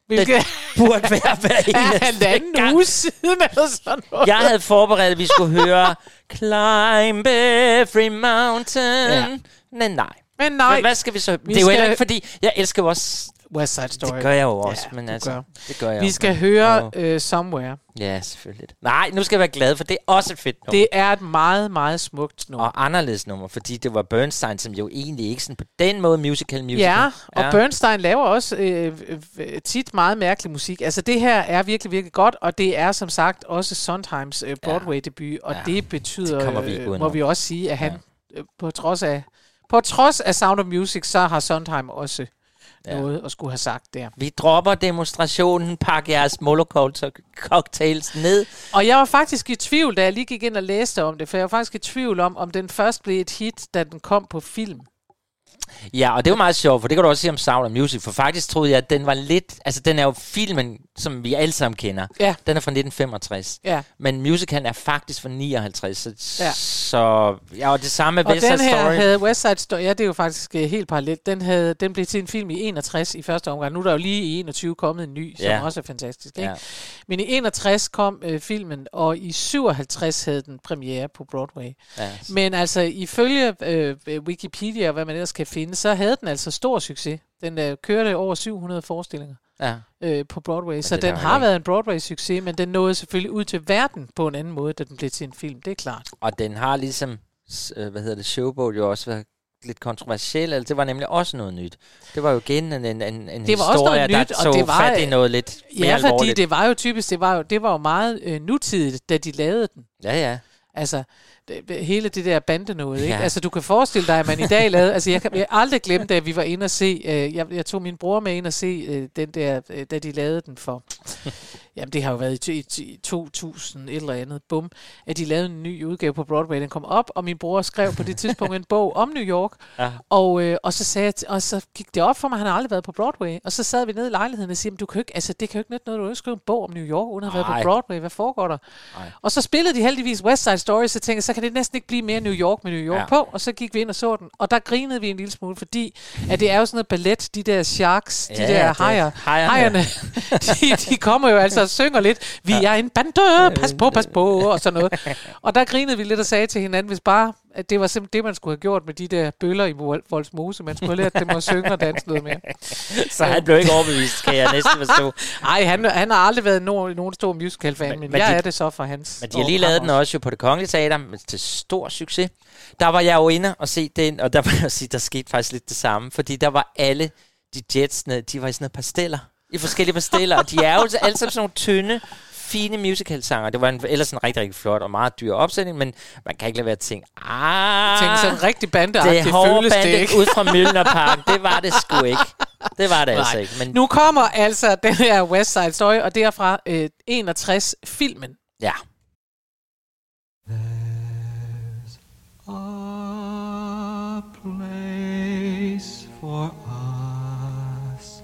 Hvilket det burde være hver eneste er en gang. uge siden, eller sådan noget. Jeg havde forberedt, at vi skulle høre Climb Every Mountain. Ja. Men nej. Men nej. Hvad skal vi så? Vi det er jo skal... heller ikke, fordi jeg elsker jo også... West Side Story. Det gør jeg jo også, ja, men du altså... gør. Det gør jeg Vi jo. skal høre uh, Somewhere. Ja, selvfølgelig. Nej, nu skal jeg være glad, for det er også et fedt nummer. Det er et meget, meget smukt nummer. Og anderledes nummer, fordi det var Bernstein, som jo egentlig ikke sådan på den måde musical musical. Ja, og ja. Bernstein laver også øh, øh, tit meget mærkelig musik. Altså det her er virkelig, virkelig godt, og det er som sagt også Sondheims øh, Broadway-debut, og ja. det betyder, det vi øh, må vi også sige, at han ja. øh, på trods af på trods af Sound of Music, så har Sondheim også ja. noget at skulle have sagt der. Vi dropper demonstrationen, pak jeres Molotov-cocktails ned. Og jeg var faktisk i tvivl, da jeg lige gik ind og læste om det, for jeg var faktisk i tvivl om, om den først blev et hit, da den kom på film. Ja, og det var meget sjovt, for det kan du også sige om Sound of Music, for faktisk troede jeg, at den var lidt... Altså, den er jo filmen, som vi alle sammen kender. Ja. Den er fra nitten femogtres. Ja. Men musicalen er faktisk fra nioghalvtreds. Så, ja. så ja, og det samme med og West Side Story. Og den her havde West Side Story, ja, det er jo faktisk uh, helt parallelt. Den, havde, den blev til en film i enogtres i første omgang. Nu er der jo lige i enogtyve kommet en ny, som ja. også er fantastisk. Ikke? Ja. Men i enogtres kom uh, filmen, og i syvoghalvtreds havde den premiere på Broadway. Ja. Men altså, ifølge uh, Wikipedia, hvad man ellers kan finde, så havde den altså stor succes. Den uh, kørte over syv hundrede forestillinger ja. øh, på Broadway. Men så den har været en Broadway-succes, men den nåede selvfølgelig ud til verden på en anden måde, da den blev til en film. Det er klart. Og den har ligesom, hvad hedder det, Showboat jo også været lidt kontroversiel. Altså, det var nemlig også noget nyt. Det var jo igen en, en, en det historie, var også noget der nyt, så og det var, fat i noget lidt mere ja, fordi alvorligt. det var jo typisk, det var jo, det var jo meget øh, nutidigt, da de lavede den. Ja, ja. Altså, det, hele det der bande noget, ikke? Ja. Altså, du kan forestille dig, at man i dag lavede... Altså, jeg kan jeg aldrig glemme, da vi var inde og se... Øh, jeg, jeg tog min bror med ind og se øh, den der, øh, da de lavede den for... Jamen, det har jo været i, i, i to tusind et eller andet, bum, at de lavede en ny udgave på Broadway. Den kom op, og min bror skrev på det tidspunkt en bog om New York. Ja. Og, øh, og, så sagde jeg, og så gik det op for mig, at han har aldrig været på Broadway. Og så sad vi nede i lejligheden og sagde, du kan ikke, altså, det kan jo ikke nytte noget, du har skrevet en bog om New York, uden at have været på Broadway. Hvad foregår der? Ej. Og så spillede de heldigvis West Side Story, så tænkte jeg, så kan det næsten ikke blive mere New York med New York ja. på. Og så gik vi ind og så den, og der grinede vi en lille smule, fordi at det er jo sådan noget ballet, de der sharks, de ja, der hajer, hajerne, de, de kommer jo altså og synger lidt, vi ja. er en bande, pas på, pas på, og sådan noget. Og der grinede vi lidt og sagde til hinanden, hvis bare, at det var simpelthen det, man skulle have gjort med de der bøller i Vollsmose. Man skulle have lært dem at synge og danse noget mere. Så han blev ikke overbevist, kan jeg næsten forstå. Nej, han, han har aldrig været nogen, nogen stor musical-fan, men, men, men jeg de, er det så for hans. Men de har lige lavet den også jo på Det Kongelige Teater til stor succes. Der var jeg jo inde og se den, og der var jeg sige, der skete faktisk lidt det samme, fordi der var alle de jetsene, de var i sådan nogle pasteller. I forskellige pasteller, og de er jo alle sammen sådan nogle tynde, fine musical-sanger. Det var en, ellers en rigtig, rigtig flot og meget dyr opsætning, men man kan ikke lade være at tænke, ah, tænke sådan en rigtig bandeagtig det hårde bande ikke? ud fra Mjølnerparken, det var det sgu ikke. Det var det Nej. altså ikke. Men nu kommer altså den her West Side Story, og det er fra øh, enogtres-filmen. Ja. There's a place for us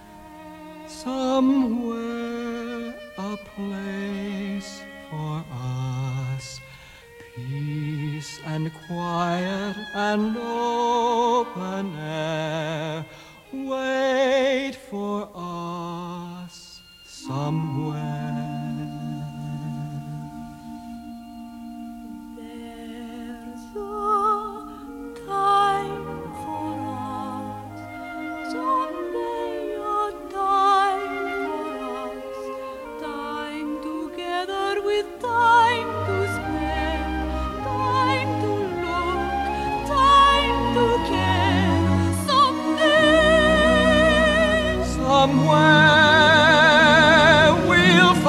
somewhere, a place for us, peace and quiet and open air, wait for us somewhere. Somewhere we'll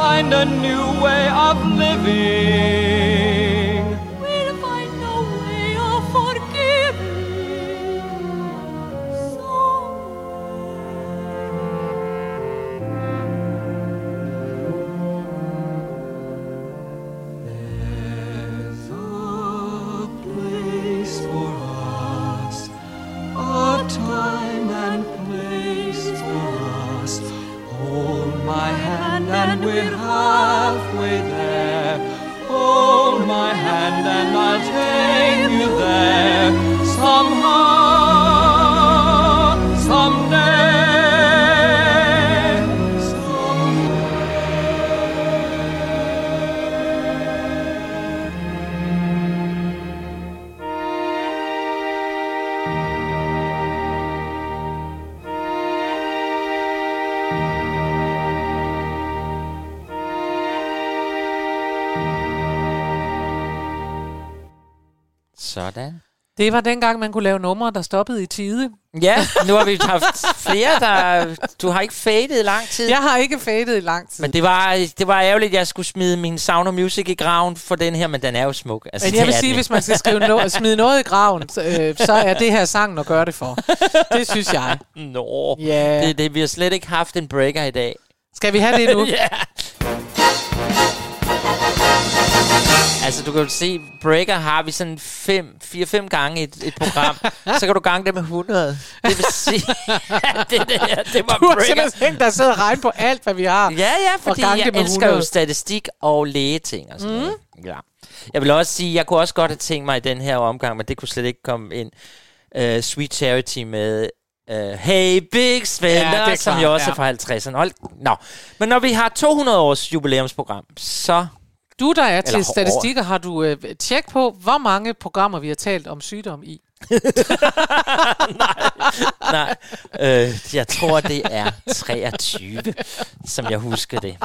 Sådan. Det var dengang, man kunne lave numre, der stoppede i tide. Ja, nu har vi haft flere, der... Du har ikke fadet i lang tid. Jeg har ikke fadet i lang tid. Men det var, det var ærgerligt, at jeg skulle smide min Sound of Music i graven for den her, men den er jo smuk. Altså, men jeg vil sige, den. Hvis man skal skrive no- smide noget i graven, så, øh, så er det her sangen at gøre det for. Det synes jeg. Nå, yeah. det, det, vi har slet ikke haft en breaker i dag. Skal vi have det nu? Ja. Altså, du kan jo se, breaker har vi sådan fem, fire, fem gange et, et program. Så kan du gange det med hundrede. Det vil sige, at det, det, her, det var du har breaker. simpelthen der sidder og regner på alt, hvad vi har. Ja, ja, fordi jeg elsker hundrede. Jo statistik og lægeting og sådan mm. noget. Ja. Jeg vil også sige, jeg kunne også godt have tænkt mig i den her omgang, men det kunne slet ikke komme ind. Uh, Sweet Charity med... Uh, hey Big Spender, ja, som jo også ja. er fra halvtredserne. Hold, no. Men når vi har to hundrede års jubilæumsprogram, så... Du, der er til statistikker, har du øh, tjek på, hvor mange programmer vi har talt om sygdom i? nej, nej. Øh, jeg tror, det er treogtyve, som jeg husker det.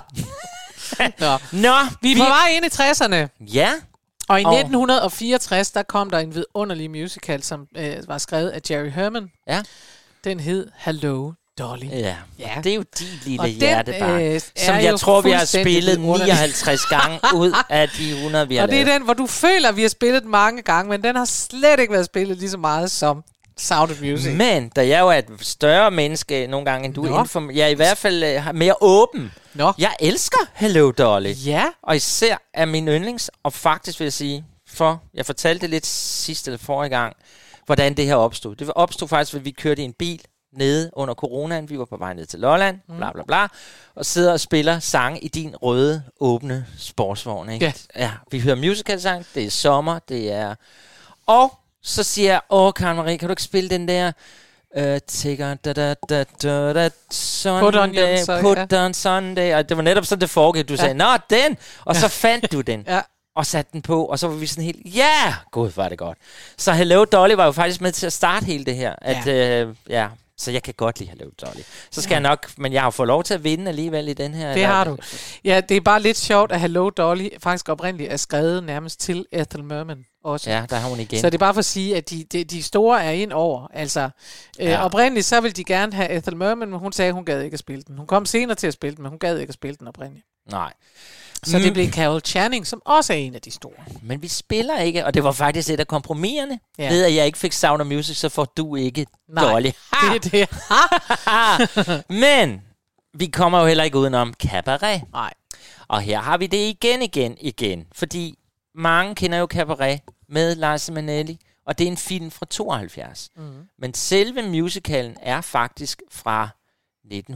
Nå. Nå, vi er på vej ind i tresserne. Ja. Og i oh. nitten fireogtres, der kom der en vidunderlig musical, som øh, var skrevet af Jerry Herman. Ja. Den hed Hello, Dolly. Ja, ja. Det er jo din lille og hjertebarn, øh, som jeg tror, vi har spillet nioghalvtreds gange ud af de hundrede, vi har og lavet. det er den, hvor du føler, at vi har spillet den mange gange, men den har slet ikke været spillet lige så meget som Sound of Music. Men da jeg jo er et større menneske nogle gange, end du er inform- jeg er i hvert fald uh, mere åben. Nå. Jeg elsker Hello Dolly. Ja. Og især er min yndlings, og faktisk vil jeg sige, for jeg fortalte det lidt sidste eller forrige gang, hvordan det her opstod. Det opstod faktisk, at vi kørte i en bil nede under coronaen. Vi var på vej ned til Lolland, mm. bla bla bla, og sidder og spiller sange i din røde, åbne sportsvogn. Ikke? Ja. Ja, vi hører musicalsang, det er sommer, det er... Og så siger jeg, åh, Karen Marie, kan du ikke spille den der... Uh, take on da da da da da Sunday, put on, your, sorry, put on Sunday, og det var netop sådan, det foregik. Du ja. sagde, nå, den! Og ja. så fandt du den. Ja. Og satte den på, og så var vi sådan helt, ja, yeah! Gud, var det godt. Så Hello Dolly var jo faktisk med til at starte hele det her. At, ja. Øh, ja, så jeg kan godt lide Hello Dolly. Så skal ja. jeg nok, men jeg har fået lov til at vinde alligevel i den her. Det eller, har du. Ja, det er bare lidt sjovt, at Hello Dolly faktisk oprindeligt er skrevet nærmest til Ethel Merman også. Ja, der har hun igen. Så det er bare for at sige, at de, de, de store er ind over. Altså, øh, ja. oprindeligt så ville de gerne have Ethel Merman, men hun sagde, at hun gad ikke at spille den. Hun kom senere til at spille den, men hun gad ikke at spille den oprindeligt. Nej. Så mm. det blev Carol Channing, som også er en af de store. Men vi spiller ikke, og det var faktisk et af kompromiserne. Ja. Ved at jeg ikke fik Sound of Music, så får du ikke Nej, Dolly. Ha! det er det. Men vi kommer jo heller ikke udenom Cabaret. Nej. Og her har vi det igen, igen, igen. Fordi mange kender jo Cabaret med Liza Minnelli, og det er en film fra tooghalvfjerds. Mm. Men selve musicalen er faktisk fra nitten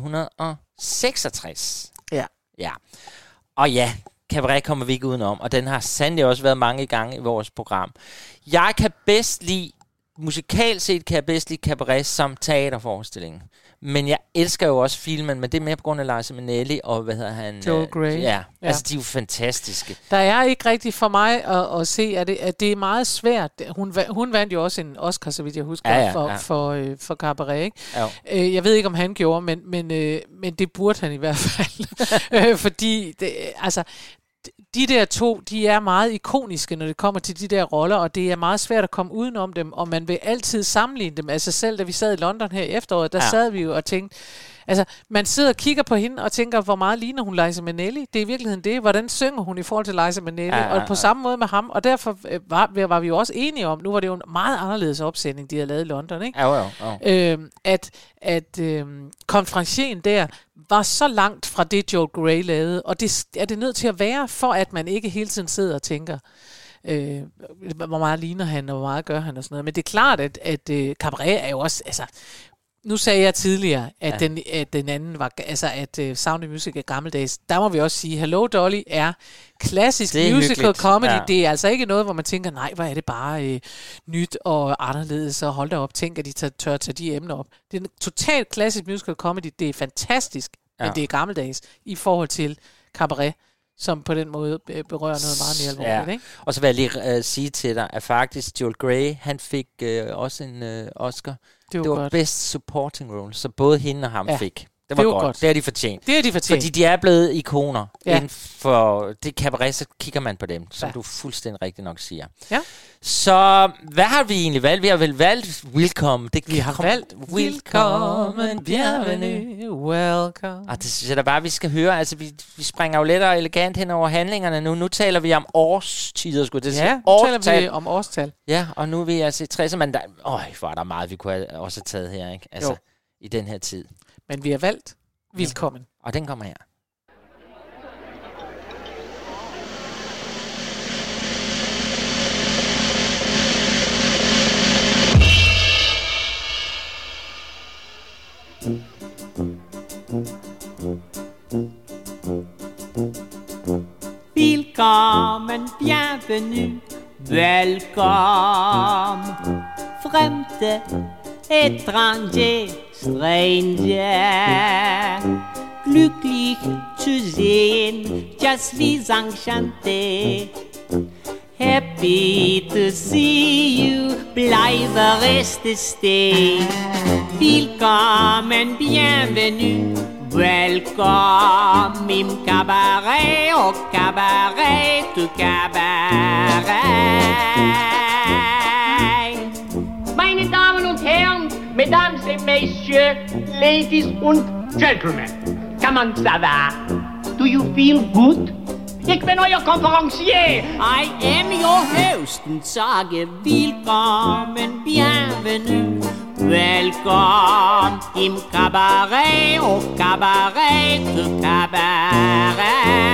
seksogtres. Ja. Ja. Og ja, Cabaret kommer vi ikke udenom, og den har sandelig også været mange gange i vores program. Jeg kan bedst lide, musikalt set kan jeg bedst lide Cabaret som teaterforestilling. Men jeg elsker jo også filmen, men det er mere på grund af Liza Minnelli og, hvad hedder han? Joel Grey. Ja, ja, altså de er jo fantastiske. Der er ikke rigtigt for mig at, at se, at det, at det er meget svært. Hun, hun vandt jo også en Oscar, så vidt jeg husker, ja, ja, for, ja. for, øh, for Cabaret, ikke? Ja. Øh, jeg ved ikke, om han gjorde, men, men, øh, men det burde han i hvert fald. øh, fordi, det, altså... De der to, de er meget ikoniske, når det kommer til de der roller, og det er meget svært at komme udenom dem, og man vil altid sammenligne dem. Altså selv da vi sad i London her i efteråret, der ja. sad vi jo og tænkte, altså man sidder og kigger på hende og tænker, hvor meget ligner hun Liza Minnelli? Det er i virkeligheden det. Hvordan synger hun i forhold til Liza Minnelli? Ja, ja, ja. Og på samme måde med ham, og derfor var, var vi jo også enige om, nu var det jo en meget anderledes opsætning, de havde lavet i London, ikke? Ja, ja, ja. Øhm, at at øhm, konferencien der var så langt fra det, Joel Grey lavede, og det er det nødt til at være, for at man ikke hele tiden sidder og tænker, øh, hvor meget ligner han, og hvor meget gør han, og sådan noget. Men det er klart, at, at øh, Cabaret er jo også, altså, nu sagde jeg tidligere, at, ja. den, at den anden var, altså at uh, Sound of Music er gammeldags. Der må vi også sige, Hello Dolly er klassisk er musical hyggeligt. Comedy. Ja. Det er altså ikke noget, hvor man tænker, nej, hvor er det bare øh, nyt og anderledes, og hold da op, tænk, at de tør, tør tage de emner op. Det er en totalt klassisk musical comedy. Det er fantastisk, ja. Men det er gammeldags i forhold til Cabaret, som på den måde berører noget meget mere alvorligt. Ja. Ikke? Og så vil jeg lige uh, sige til dig, at faktisk Joel Grey, han fik uh, også en uh, Oscar. Det var, det var Best Supporting Role, så både hende og ham ja. fik. Det var, det var godt. godt. Det er de fortjent. Det er de fortjent. Fordi de er blevet ikoner Ja. inden for det cabaret, så kigger man på dem, som Ja. du fuldstændig rigtigt nok siger. Ja. Så hvad har vi egentlig valgt? Vi har vel valgt Welcome. Det Vi har kom- valgt Welcome and bienvenue. Welcome. Og det synes jeg da bare, vi skal høre. Altså, vi, vi springer jo lettere og elegant hen over handlingerne nu. Nu taler vi om årstider, skulle det sige. Ja, nu Årstal. taler vi om årstal. Ja, og nu er vi altså i tresserne, men der, øj, hvor er der meget, vi kunne have også have taget her, ikke? Altså, Jo. i den her tid. Men vi har valgt Velkommen. Og den kommer her. Velkommen, bienvenue, welcome. Fremde, étranger, stranger. Glücklich zu sehen, just vis enchanté. Happy to see you, bleibe reste stay. Velkommen, bienvenue, welcome im cabaret, au cabaret, du cabaret. Meine Damen und Herren, Mesdames et Messieurs, Ladies und Gentlemen, comment ça va? Do you feel good? Ik ben euer konferencier. I am your host and sage velkommen, bienvenue, welcome im cabaret, au cabaret, du cabaret.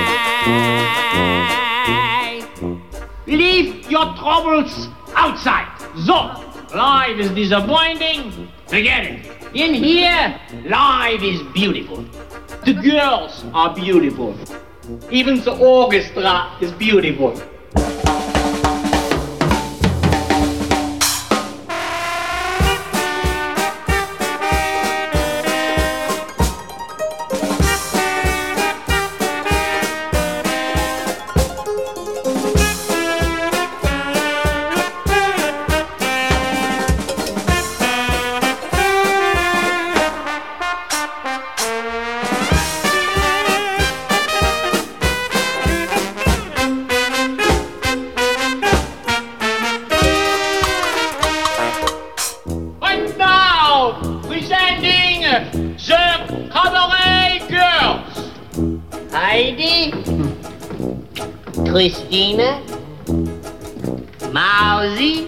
Leave your troubles outside. So, life is disappointing. Forget it. In here, life is beautiful. The girls are beautiful. Even the orchestra is beautiful. And now, presenting the Cabaret Girls. Heidi, Christine, Mausi,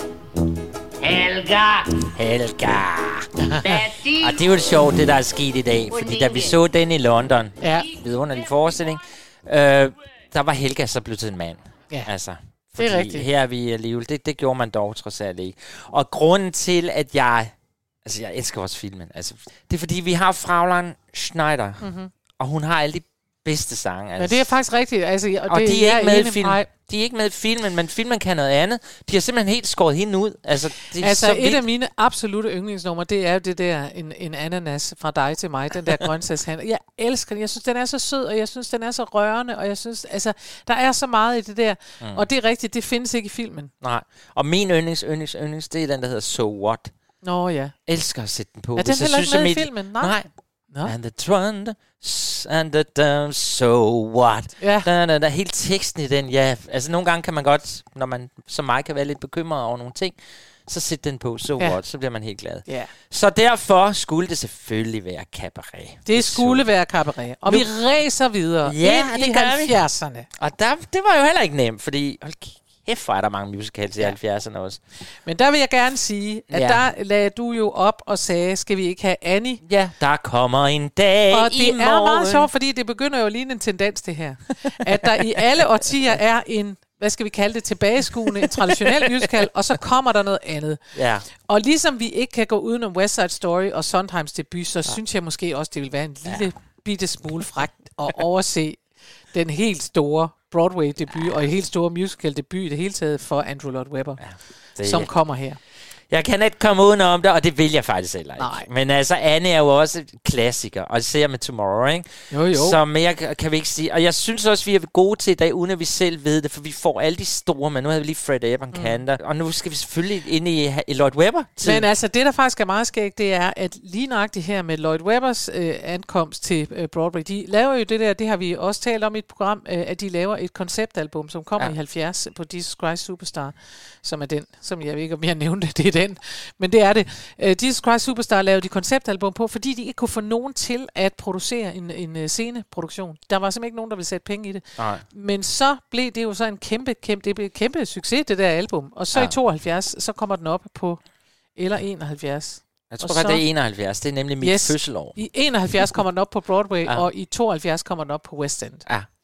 Helga, Helga. Betty. Og det er jo sjovt, det der er sket i dag. Fordi da vi så den i London, Ja. vidunderlig forestilling, øh, der var Helga så blevet til en mand. Ja. Altså, Det er fordi rigtigt. her er vi alligevel. Det, det gjorde man dog trods alt ikke. Og grunden til, at jeg... Altså, jeg elsker også filmen. Altså, det er fordi, vi har Fraulein Schneider. Mm-hmm. Og hun har alle de bedste sange. Men Altså. det er faktisk rigtigt. Altså, og, Og det de er jeg ikke med i enig filmen. Nej. De er ikke med i filmen, men filmen kan noget andet. De har simpelthen helt skåret hende ud. Altså, det er Altså, så et vildt. af mine absolutte yndlingsnumre, det er jo det der, en, en ananas fra dig til mig, den der grøntsagshandel. Jeg elsker den. Jeg synes, den er så sød, og jeg synes, den er så rørende, og jeg synes, altså, der er så meget i det der. Mm. Og det er rigtigt, det findes ikke i filmen. Nej. Og min yndlings, yndlings, yndlings, det er den, der hedder So What. Nå ja. Elsker at sætte den på. Er den Hvis jeg heller ikke synes, med i at mit- filmen? Nej. Nej. Nå. And the thunder, and the dumb, so what? Ja. Der, der, der, helt teksten i den, ja. Altså, nogle gange kan man godt, når man som mig kan være lidt bekymret over nogle ting, så sæt den på, so Ja. what, så bliver man helt glad. Ja. Så derfor skulle det selvfølgelig være cabaret. Det skulle være cabaret. Og Nu- vi ræser videre Ja, ind det i gør vi. halvfjerdserne. Og der, det var jo heller ikke nemt, fordi hold kæft, hvor er der mange musicals i Ja. halvfjerdserne også. Men der vil jeg gerne sige, at Ja. der lagde du jo op og sagde, skal vi ikke have Annie? Ja, der kommer en dag Og i det er morgen. meget sjovt, fordi det begynder jo at ligne en tendens, det her. At der i alle årtier er en, hvad skal vi kalde det, tilbageskuende, en traditionel musical, og så kommer der noget andet. Ja. Og ligesom vi ikke kan gå udenom West Side Story og Sondheims debut, så ja. synes jeg måske også, det vil være en lille ja. bitte smule frækt at overse den helt store Broadway-debut, ja. og en helt store musical-debut i det hele taget for Andrew Lloyd Webber, Det, som kommer her. Jeg kan ikke komme udenom det, og det vil jeg faktisk heller ikke. Nej. Men altså, Anne er jo også klassiker, og det ser jeg med Tomorrow, ikke? Jo, jo. Så mere kan vi ikke sige. Og jeg synes også, vi er gode til i dag, uden at vi selv ved det, for vi får alle de store, men nu havde vi lige Fred Evan Cantor, mm. og nu skal vi selvfølgelig ind i, i Lloyd Webber. Men altså, det der faktisk er meget skægt, det er, at lige nøjagtigt her med Lloyd Webbers øh, ankomst til øh, Broadway, de laver jo det der, det har vi også talt om i et program, øh, at de laver et konceptalbum, som kommer ja. i halvfjerds på Jesus Christ Superstar, som er den, som jeg ved ikke, om jeg nævnte, det er den, men det er det. Uh, Jesus Christ Superstar lavede de konceptalbum på, fordi de ikke kunne få nogen til at producere en, en uh, sceneproduktion. Der var simpelthen ikke nogen, der ville sætte penge i det. Nej. Men så blev det jo så en kæmpe, kæmpe, det blev en kæmpe succes, det der album. Og så ja. i tooghalvfjerds, så kommer den op på, eller enoghalvfjerds. Jeg tror godt, det er enoghalvfjerds. Det er nemlig mit yes, fødselår. I enoghalvfjerds kommer den op på Broadway, ja. og i tooghalvfjerds kommer den op på West End.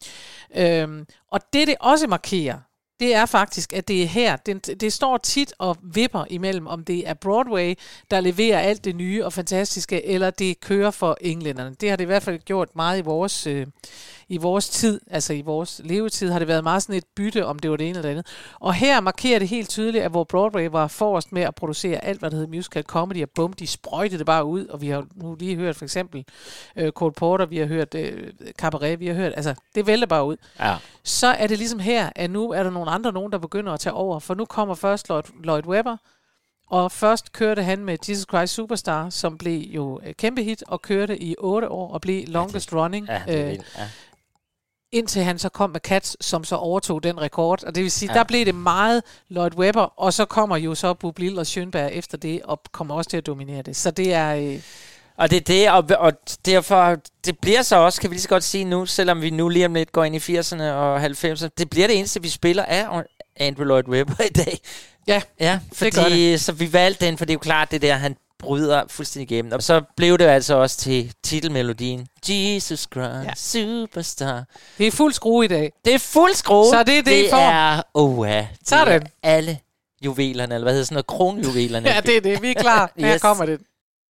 Ja. Øhm, og det, det også markerer, det er faktisk, at det er her. Det, det står tit og vipper imellem, om det er Broadway, der leverer alt det nye og fantastiske, eller det kører for englænderne. Det har det i hvert fald gjort meget i vores, øh, i vores tid, altså i vores levetid, har det været meget sådan et bytte, om det var det ene eller det andet. Og her markerer det helt tydeligt, at hvor Broadway var forrest med at producere alt, hvad der hedder musical comedy, og bum, de sprøjtede det bare ud, og vi har nu lige hørt for eksempel øh, Cole Porter, vi har hørt øh, Cabaret, vi har hørt, altså det vælter bare ud. Ja. Så er det ligesom her, at nu er der nogle andre nogen, der begynder at tage over, for nu kommer først Lloyd, Lloyd Webber, og først kørte han med Jesus Christ Superstar, som blev jo øh, kæmpe hit, og kørte i otte år, og blev longest ja, det, running. Ja, det øh, ja. Indtil han så kom med Cats, som så overtog den rekord. Og det vil sige, ja. der blev det meget Lloyd Webber, og så kommer jo så Bob Lille og Schönberg efter det, og kommer også til at dominere det. Så det er... Øh og det er det, og, og derfor, det bliver så også, kan vi lige så godt sige nu, selvom vi nu lige om lidt går ind i firserne og halvfemserne, det bliver det eneste, vi spiller af Andrew Lloyd Webber i dag. Ja, ja fordi, det gør det. Så vi valgte den, for det er jo klart, det der, han bryder fuldstændig igennem. Og så blev det altså også til titelmelodien. Jesus Christ, ja. Superstar. Det er fuld skrue i dag. Det er fuld skrue. Så det er det, det I får. er, oh ja, det sådan. Er alle juvelerne, eller hvad hedder sådan noget, kronjuvelerne. Ja, det er det. Vi er klar. Yes. Her kommer det.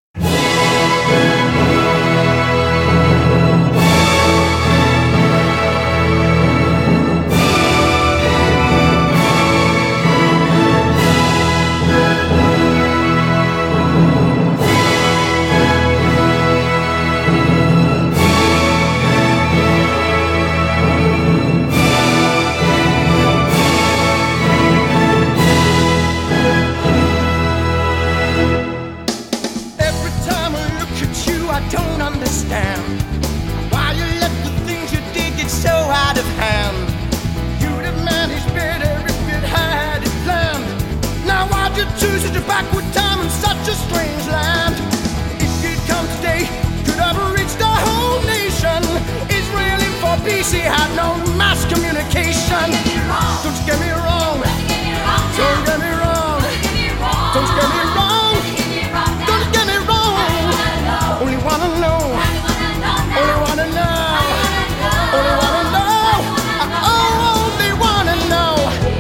Backward time in such a strange land. If you'd come today, could have reached the whole nation. Israel in for peace, he had no mass communication. Don't you get me wrong. Don't get me wrong. Don't you get me wrong. Don't you get me wrong. Only wanna know. Only wanna know. Only wanna know. Oh, only wanna know.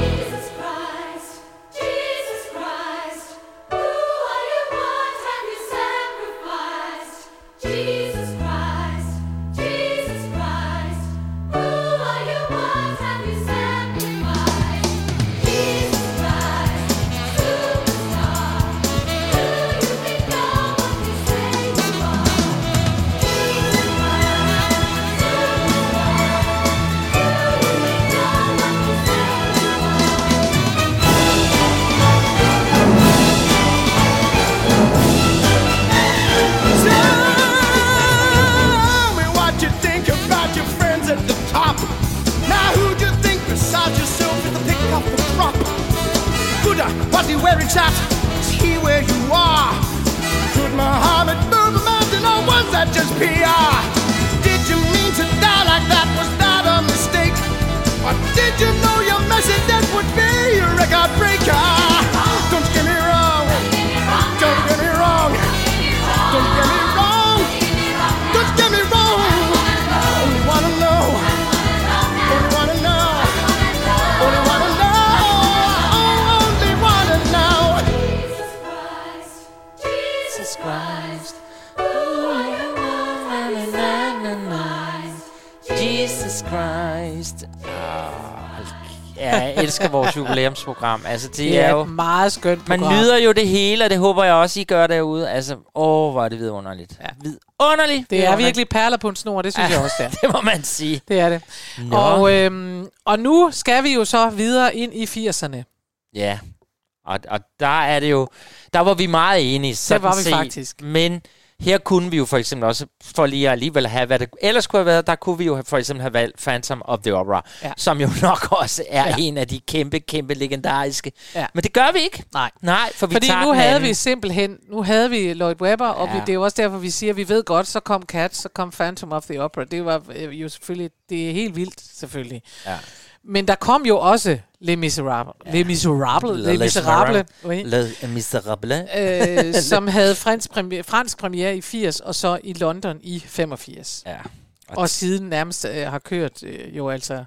Was he wearing that? Is he where you are? Could Muhammad move a mountain, or was that just P R? Did you mean to die like that? Was that a mistake? Or did you know your message that would be a record breaker? Don't get me wrong. Don't get me wrong. Don't get me wrong. Don't get me wrong. Only wanna know. Only wanna know. Only wanna know. Christ. Jesus Christ. Ah, Ja, jeg elsker vores jubilæumsprogram. Altså, det, det er, er et jo meget skønt program. Man nyder jo det hele, og det håber jeg også, I gør derude. Altså, åh, hvor er det vidunderligt. Ja. Vidunderligt. Det er virkelig perler på en snor, det synes ja, jeg også, det er. Det må man sige. Det er det. Og, øhm, og nu skal vi jo så videre ind i firserne. Ja, og, og der er det jo... Der var vi meget enige, sådan det var vi set. faktisk. Men her kunne vi jo for eksempel også, for lige alligevel have, hvad det ellers kunne have været, der kunne vi jo for eksempel have valgt Phantom of the Opera, ja. som jo nok også er ja. en af de kæmpe, kæmpe legendariske. Ja. Men det gør vi ikke. Nej. Nej, for vi Fordi tager nu havde anden. vi simpelthen, nu havde vi Lloyd Webber, ja. og vi, det er jo også derfor, vi siger, at vi ved godt, så kom Cats, så kom Phantom of the Opera. Det var jo selvfølgelig, det er helt vildt, selvfølgelig. Ja. Men der kom jo også Les Miserables. Ja. Les Miserables. Les Miserables. Oui. Les Miserables. øh, som havde fransk premiere, fransk premiere i firs, og så i London i femogfirs. Ja. Og, og siden nærmest øh, har kørt øh, jo altså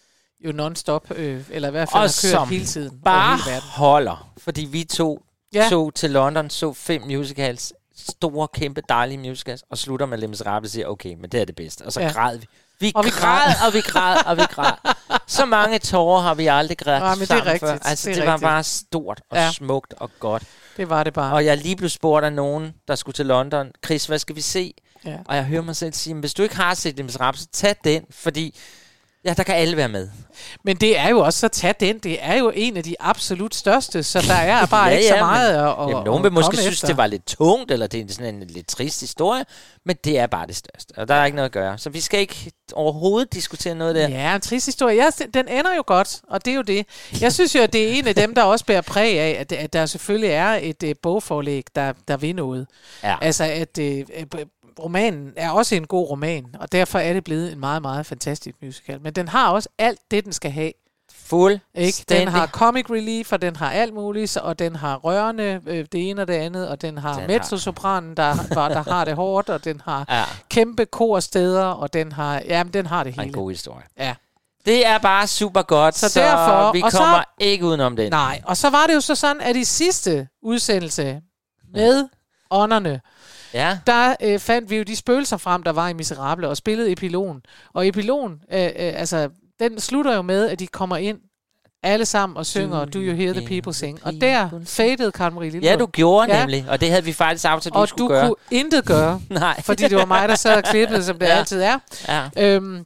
jo non-stop, øh, eller i hvert fald og har kørt hele tiden. bare hele verden. holder, fordi vi to ja. tog til London, så fem musicals, store, kæmpe, dejlige musicals, og slutter med Les Miserables og siger, okay, men det er det bedste. Og så ja. græd vi. Vi og græd, og vi græd, og vi græd. Så mange tårer har vi aldrig grædt ja, sammen det er før. Altså, det, det er var rigtigt. bare stort og ja. smukt og godt. Det var det bare. Og jeg lige blev spurgt af nogen, der skulle til London, Chris, hvad skal vi se? Ja. Og jeg hører mig selv sige, hvis du ikke har set Les Miserables, så tag den, fordi ja, der kan alle være med. Men det er jo også, så tag den. Det er jo en af de absolut største, så der er bare ja, ikke så meget men, at, at, jamen, nogen vil måske efter. synes, det var lidt tungt, eller det er sådan en lidt trist historie, men det er bare det største, og der er ikke noget at gøre. Så vi skal ikke overhovedet diskutere noget der. Ja, en trist historie. Ja, den ender jo godt, og det er jo det. Jeg synes jo, at det er en af dem, der også bærer præg af, at, at der selvfølgelig er et uh, bogforlæg, der, der vil noget. Ja. Altså, at uh, romanen er også en god roman, og derfor er det blevet en meget, meget fantastisk musical. Men den har også alt det, den skal have. Fuldstændig. Den har comic relief, og den har alt muligt, og den har rørende øh, det ene og det andet, og den har mezzosopranen, der, der har det hårdt, og den har ja. kæmpe korsteder, og den har, jamen, den har det hele. En god historie. Ja. Det er bare super godt, så, så derfor, vi kommer så, ikke udenom det. Nej, og så var det jo så sådan, at i sidste udsendelse med ånderne, ja. der øh, fandt vi jo de spøgelser frem, der var i Miserable, og spillede epilogen. Og epilogen, øh, øh, altså, den slutter jo med, at de kommer ind alle sammen og synger Do, Do You Hear the People Sing. Og der fadede Karen Marie Lillelund. Ja, du gjorde ja. nemlig, og det havde vi faktisk aftalt, at du skulle gøre. Og du kunne intet gøre, Nej. fordi det var mig, der sad og klippede, som det ja. altid er. Ja. Øhm,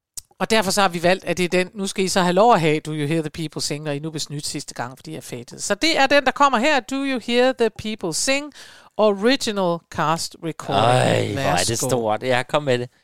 og derfor så har vi valgt, at det er den, nu skal I så have lov at have Do You Hear the People Sing, når I nu blev snydt sidste gang, fordi jeg fadede. Så det er den, der kommer her, Do You Hear the People Sing, Original Cast Recording. Ej, hvor er det stort. Ja, kom med det.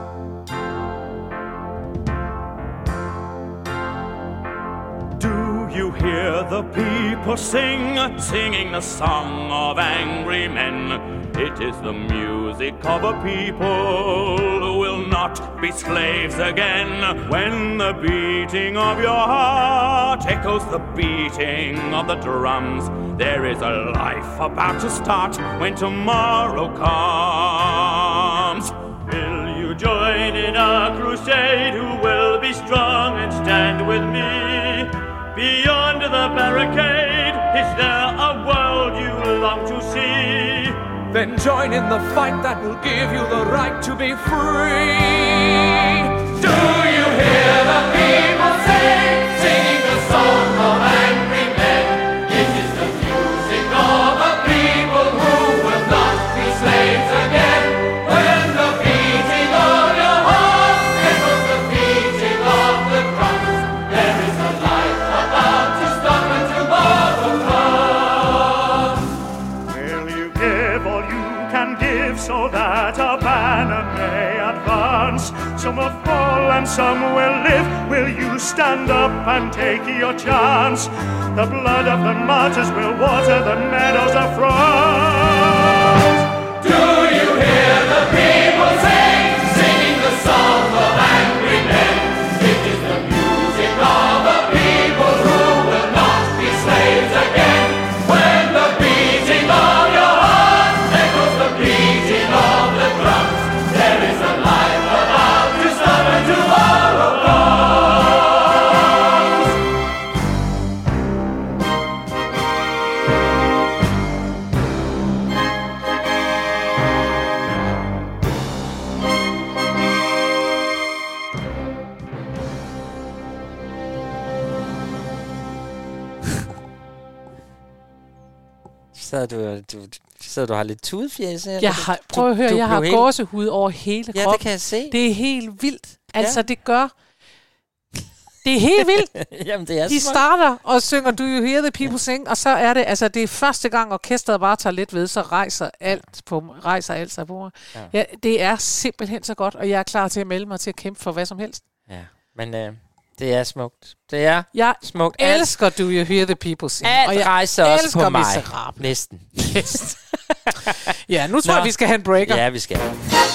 You hear the people sing, singing the song of angry men. It is the music of a people who will not be slaves again. When the beating of your heart echoes the beating of the drums, there is a life about to start when tomorrow comes. Will you join in a crusade? Who will be strong and stand with me? Beyond the barricade, is there a world you long to see? Then join in the fight that will give you the right to be free. Do you hear the people sing, singing the song of angry men? It is the music of a people who will not be slaves again. When the beating of your heart echoes the beating of the drums, there is a life about to start when tomorrow comes. Will you give all you can give so that a banner may advance? Some will fall and some will live. Will you stand up and take your chance? The blood of the martyrs will water the meadows of France. Do you hear the people sing, singing the song of angry men? It is the music of a people who will not be slaves again. When the beating of your heart echoes the beating of the drums, there is a life about to start when tomorrow comes. sidder du, du, sidder du har lidt tudefjæs? Jeg har, prøv at høre, du, jeg har helt... gåsehud over hele kroppen. Ja, det kan jeg se. Det er helt vildt. Altså, ja. det gør... Det er helt vildt. Jamen, det er De smart. starter og synger Do You Hear the People Sing, og så er det, altså det er første gang orkestret bare tager lidt ved, så rejser alt på rejser alt sig på mig. Ja. Ja, det er simpelthen så godt, og jeg er klar til at melde mig til at kæmpe for hvad som helst. Ja, men øh, det er smukt. Det er jeg smukt. Jeg elsker Do You Hear the People Sing. Alt og jeg rejser også på mig. Miserable. Næsten. Ja, nu tror Nå. jeg, vi skal have en breaker. Ja, vi skal.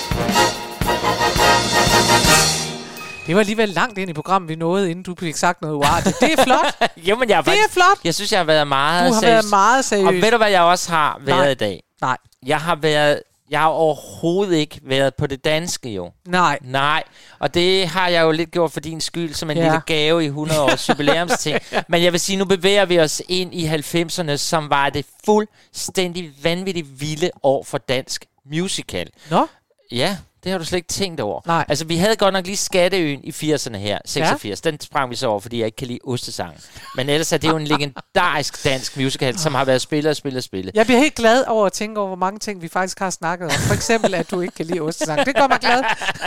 Det var alligevel langt ind i programmet, vi nåede, inden du fik sagt noget uartigt. Det er flot. Jo, men jeg det faktisk, er flot. Jeg synes, jeg har været meget Du har seriøs. været meget seriøs. Og ved du, hvad jeg også har været Nej. i dag? Nej. Jeg har været... Jeg har overhovedet ikke været på det danske, jo. Nej. Nej. Og det har jeg jo lidt gjort for din skyld, som en ja. lille gave i hundrede års jubilæumsting. Men jeg vil sige, nu bevæger vi os ind i halvfemserne, som var det fuldstændig vanvittigt vilde år for dansk musical. Nå? Ja, det har du slet ikke tænkt over. Nej. Altså, vi havde godt nok lige Skatteøen i firserne her, seksogfirs. Ja. Den sprang vi så over, fordi jeg ikke kan lide ostesangen. Men ellers er det jo en legendarisk dansk musical, som har været spillet og spillet og spillet. Jeg bliver helt glad over at tænke over, hvor mange ting vi faktisk har snakket om. For eksempel, at du ikke kan lide ostesang. Det gør mig glad.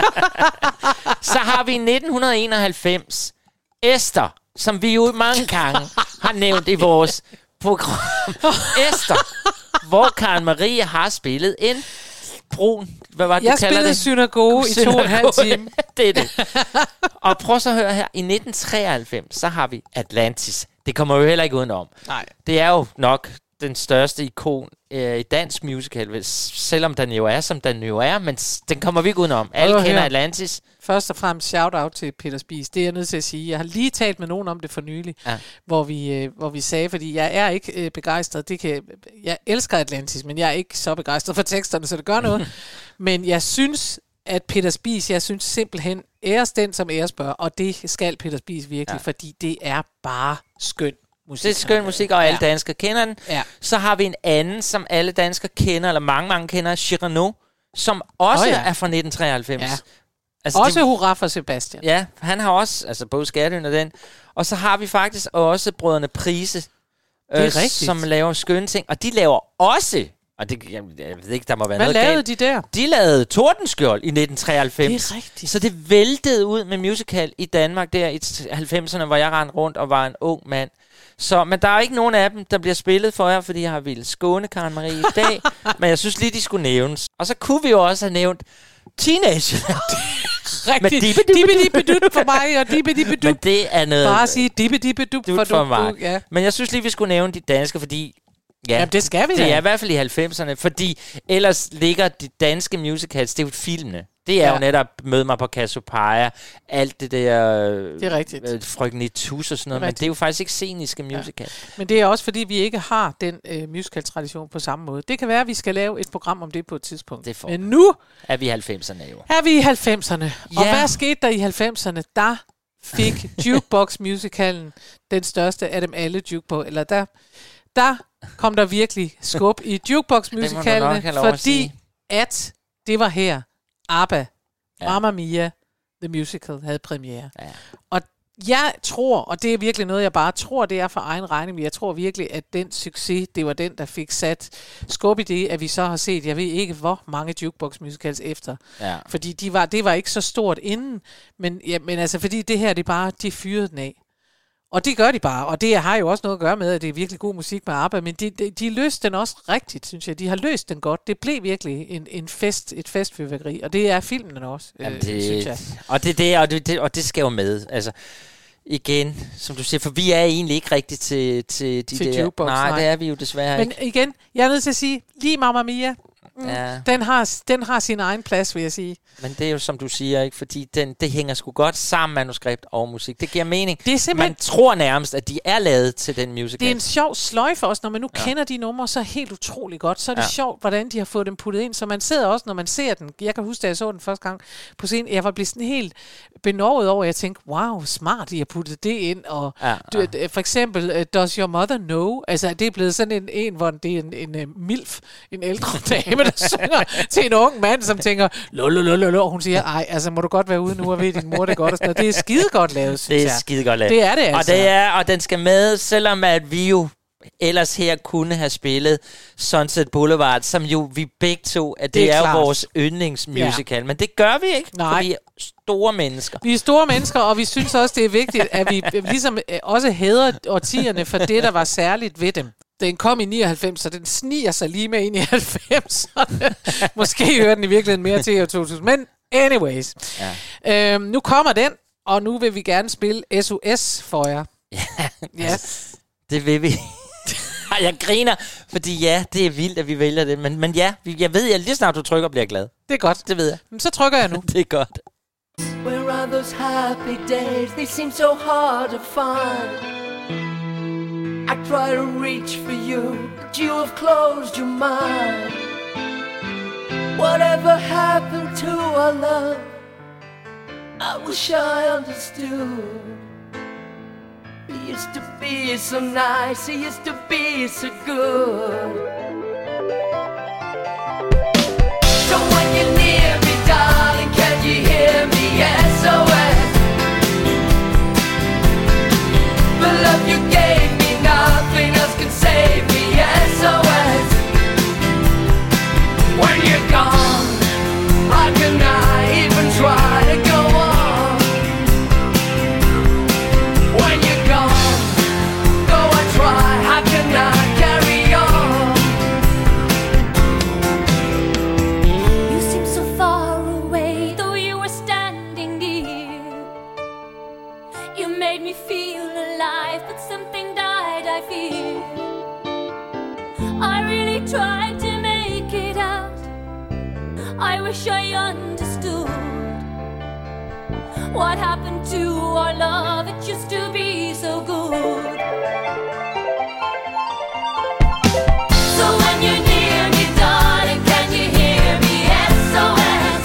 Så har vi i nitten enoghalvfems Esther, som vi jo mange gange har nævnt i vores program. Esther, hvor Karen Marie har spillet en brun, hvad var det, jeg du kalder det? Jeg spillede synagoge i to og en halv time. Det er det. Og prøv så at høre her. I nitten treoghalvfems, så har vi Atlantis. Det kommer jo heller ikke udenom. Nej. Det er jo nok den største ikon øh, i dansk musical, selvom den jo er, som den jo er, men den kommer vi ikke udenom. Alle kender her. Atlantis. Først og fremmest shout-out til Peter Spies. Det er jeg nødt til at sige. Jeg har lige talt med nogen om det for nylig, ja. hvor, vi, øh, hvor vi sagde, fordi jeg er ikke øh, begejstret. Det kan, jeg elsker Atlantis, men jeg er ikke så begejstret for teksterne, så det gør noget. Men jeg synes, at Peter Spies, jeg synes simpelthen, æres den som æres bør, og det skal Peter Spies virkelig, ja. fordi det er bare skønt. Musik. Det er skøn musik, og alle ja. danskere kender den. Ja. Så har vi en anden, som alle danskere kender, eller mange, mange kender, Cyrano, som også oh, ja. er fra nitten treoghalvfems. Ja. Altså, også det, hurra for Sebastian. Ja, han har også, altså både Skatteøen og den. Og så har vi faktisk også brødrene Prise, øh, som laver skønne ting. Og de laver også, og det, jeg, jeg ved ikke, der må være Hvad noget lavede galt. de der? De lavede Tordenskjold i nitten treoghalvfems. Det er rigtigt. Så det væltede ud med musical i Danmark der i halvfemserne, hvor jeg rendte rundt og var en ung mand. Så, men der er ikke nogen af dem, der bliver spillet for jer, fordi jeg har ville skåne Karen Marie i dag. Men jeg synes lige, de skulle nævnes. Og så kunne vi jo også have nævnt Teenage. Rigtigt. Dibbe-dibbe-dut for mig, og dibbe-dibbe-dut. Men det er noget... Bare sige dibbe-dibbe-dut for, for mig. Du, ja. Men jeg synes lige, vi skulle nævne de danske, fordi... Ja, Jamen, det skal vi da. Det er i hvert fald i halvfemserne, fordi ellers ligger de danske musicals, det er jo filmene. Det er ja. jo netop Mød mig på Cassiopeia, alt det der... Det er rigtigt. Øh, Frøken Nitus og sådan noget, det men det er jo faktisk ikke sceniske musical. Ja. Men det er også, fordi vi ikke har den øh, musical-tradition på samme måde. Det kan være, at vi skal lave et program om det på et tidspunkt. Det får. Men nu... Er vi i halvfemserne jo. Er vi i halvfemserne. Ja. Og hvad skete der i halvfemserne? Der fik Jukebox-musicalen den største af dem alle jukebox... Eller der... Der kom der virkelig skub i Jukebox-musicalene, fordi at det var her, ABBA, ja. Mamma Mia, The Musical, havde premiere. Ja. Og jeg tror, og det er virkelig noget, jeg bare tror, det er for egen regning, men jeg tror virkelig, at den succes, det var den, der fik sat skub i det, at vi så har set, jeg ved ikke, hvor mange Jukebox-musicals efter. Ja. Fordi de var, det var ikke så stort inden, men, ja, men altså, fordi det her, det bare, de fyrede den af. Og det gør de bare, og det har jo også noget at gøre med, at det er virkelig god musik med ABBA, men de, de, de løste den også rigtigt, synes jeg. De har løst den godt. Det blev virkelig en, en fest, et festfyrværkeri, og det er filmen også, Jamen øh, det, synes jeg. Og det, det, og, det, og det skal jo med, altså... Igen, som du siger, for vi er egentlig ikke rigtigt til, til de til der... Jukebox, nej, nej, det er vi jo desværre men ikke. Men igen, jeg er nødt til at sige, lige Mamma Mia, mm, ja. den, har, den har sin egen plads, vil jeg sige. Men det er jo som du siger, ikke, fordi den, det hænger sgu godt sammen, manuskript og musik. Det giver mening. Det er simpelthen... Man tror nærmest, at de er lavet til den musical. Det er en sjov sløj for os, når man nu ja. kender de numre så helt utroligt godt. Så er det ja. sjovt, hvordan de har fået dem puttet ind. Så man sidder også, når man ser den. Jeg kan huske, da jeg så den første gang på scenen, jeg var blevet sådan helt benovet over, jeg tænkte, wow, smart, de har puttet det ind. Og ja, ja. Du, for eksempel, uh, Does Your Mother Know? Altså, det er blevet sådan en, en hvor det er en, en, en milf, en ældre dame, der synger til en ung mand, som tænker, lololololo, og hun siger, ej, altså, må du godt være ude nu og ved din mor det godt og sådan noget. Det er skide godt lavet, synes Det er jeg. skide godt lavet. Det er det altså. Og, det er, og den skal med, selvom at vi jo ellers her kunne have spillet Sunset Boulevard, som jo vi begge to, at det, det er, er jo vores yndlingsmusical. Ja. Men det gør vi ikke, Nej. for vi er store mennesker. Vi er store mennesker, og vi synes også, det er vigtigt, at vi ligesom også hædrer årtierne for det, der var særligt ved dem. Den kom i nioghalvfems, så den sniger sig lige med ind i halvfemserne. Måske hører den i virkeligheden mere til år to tusind. Men anyways. Ja. Øhm, nu kommer den, og nu vil vi gerne spille S O S for jer. Ja, yes. altså, det vil vi. Jeg griner, fordi ja, det er vildt, at vi vælger det. Men, men ja, jeg ved, at lige snart du trykker, bliver jeg glad. Det er godt. Det ved jeg. Så trykker jeg nu. Det er godt. Where are those happy days? They seem so hard to find. I try to reach for you, but you have closed your mind. Whatever happened to our love? I wish I understood. It used to be so nice, it used to be so good. So when you're near me, darling, can you hear me? S O S. The love you gave me, nothing else can save me. S O S. When you're gone, how can I even try to go on? When you're gone, though I try, how can I carry on? You seem so far away, though you were standing near. You made me feel alive, but something died, I fear. I really tried to make it out. I wish I understood what happened to our love. It used to be so good. So when you're near me, darling, can you hear me? S O S.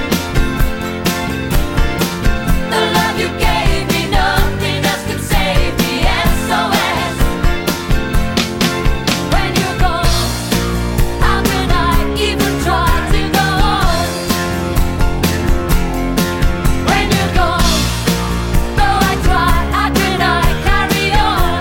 The love you gave me, nothing else can save me. S O S. When you're gone, how can I even try to go on? When you're gone, though I try, how can I carry on?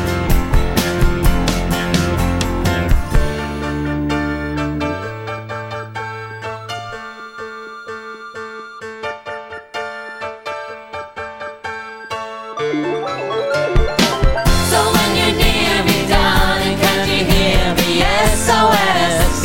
So when you're near me, darling, can you hear me? S O S.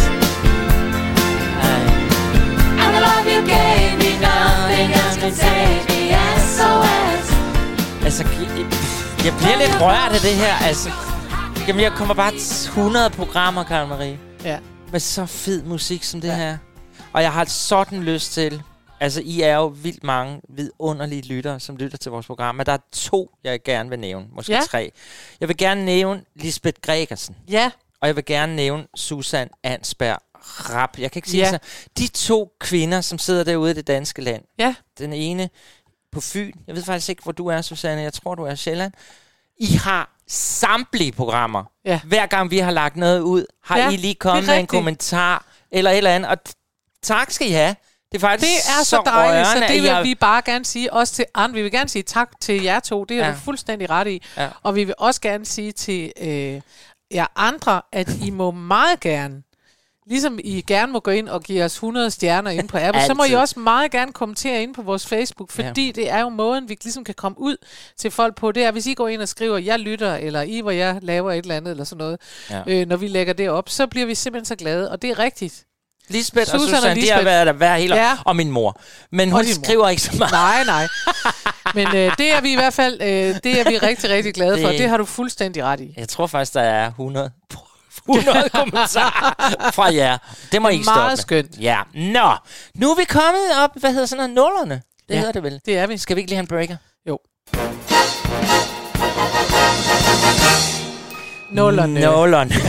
And the love you gave me, nothing else can save me. S O S. Altså, jeg, jeg bliver lidt rørt af det her. Altså, jamen, jeg kommer bare til hundrede programmer, Karen Marie. Ja. Med så fed musik som det ja. her. Og jeg har sådan lyst til... Altså, I er jo vildt mange vidunderlige lyttere, som lytter til vores program. Men der er to, jeg gerne vil nævne. Måske ja. tre. Jeg vil gerne nævne Lisbeth Gregersen. Ja. Og jeg vil gerne nævne Susan Ansberg Rapp. Jeg kan ikke sige Ja. så. De to kvinder, som sidder derude i det danske land. Ja. Den ene på Fyn. Jeg ved faktisk ikke, hvor du er, Susanne. Jeg tror, du er i Sjælland. I har samtlige programmer. Ja. Hver gang vi har lagt noget ud, har Ja, I lige kommet det er med en rigtigt. kommentar eller et eller andet. Og t- tak skal I have. Det er faktisk Det er så dejligt, så rørende, det at I vil har- vi bare gerne sige også til andre. Vi vil gerne sige tak til jer to, det er Ja. du fuldstændig ret i. Ja. Og vi vil også gerne sige til øh, jer andre, at I må meget gerne, ligesom I gerne må gå ind og give os hundrede stjerner ind på Apple, så må I Altid. også meget gerne kommentere ind på vores Facebook, fordi ja. det er jo måden, vi ligesom kan komme ud til folk på. Det er, hvis I går ind og skriver, jeg lytter, eller I, hvor jeg laver et eller andet, eller sådan noget, Ja. øh, når vi lægger det op, så bliver vi simpelthen så glade, og det er rigtigt. Lisbeth og Susan og Susan, de har Lisbeth. været der hver hele Ja. og min mor. Men Og hun din mor. skriver ikke så meget. Nej, nej. Men øh, det er vi i hvert fald, øh, det er vi rigtig, rigtig glade for. Det- Det har du fuldstændig ret i. Jeg tror faktisk, der er hundrede, hundrede kommentarer fra jer. Det må I ikke stoppe. Meget skønt. Ja. Nå, nu er vi kommet op, hvad hedder sådan noget, nullerne. Det Ja, hedder det vel. Det er vi. Skal vi ikke lige have en breaker? Jo. Nullerne. Nullerne.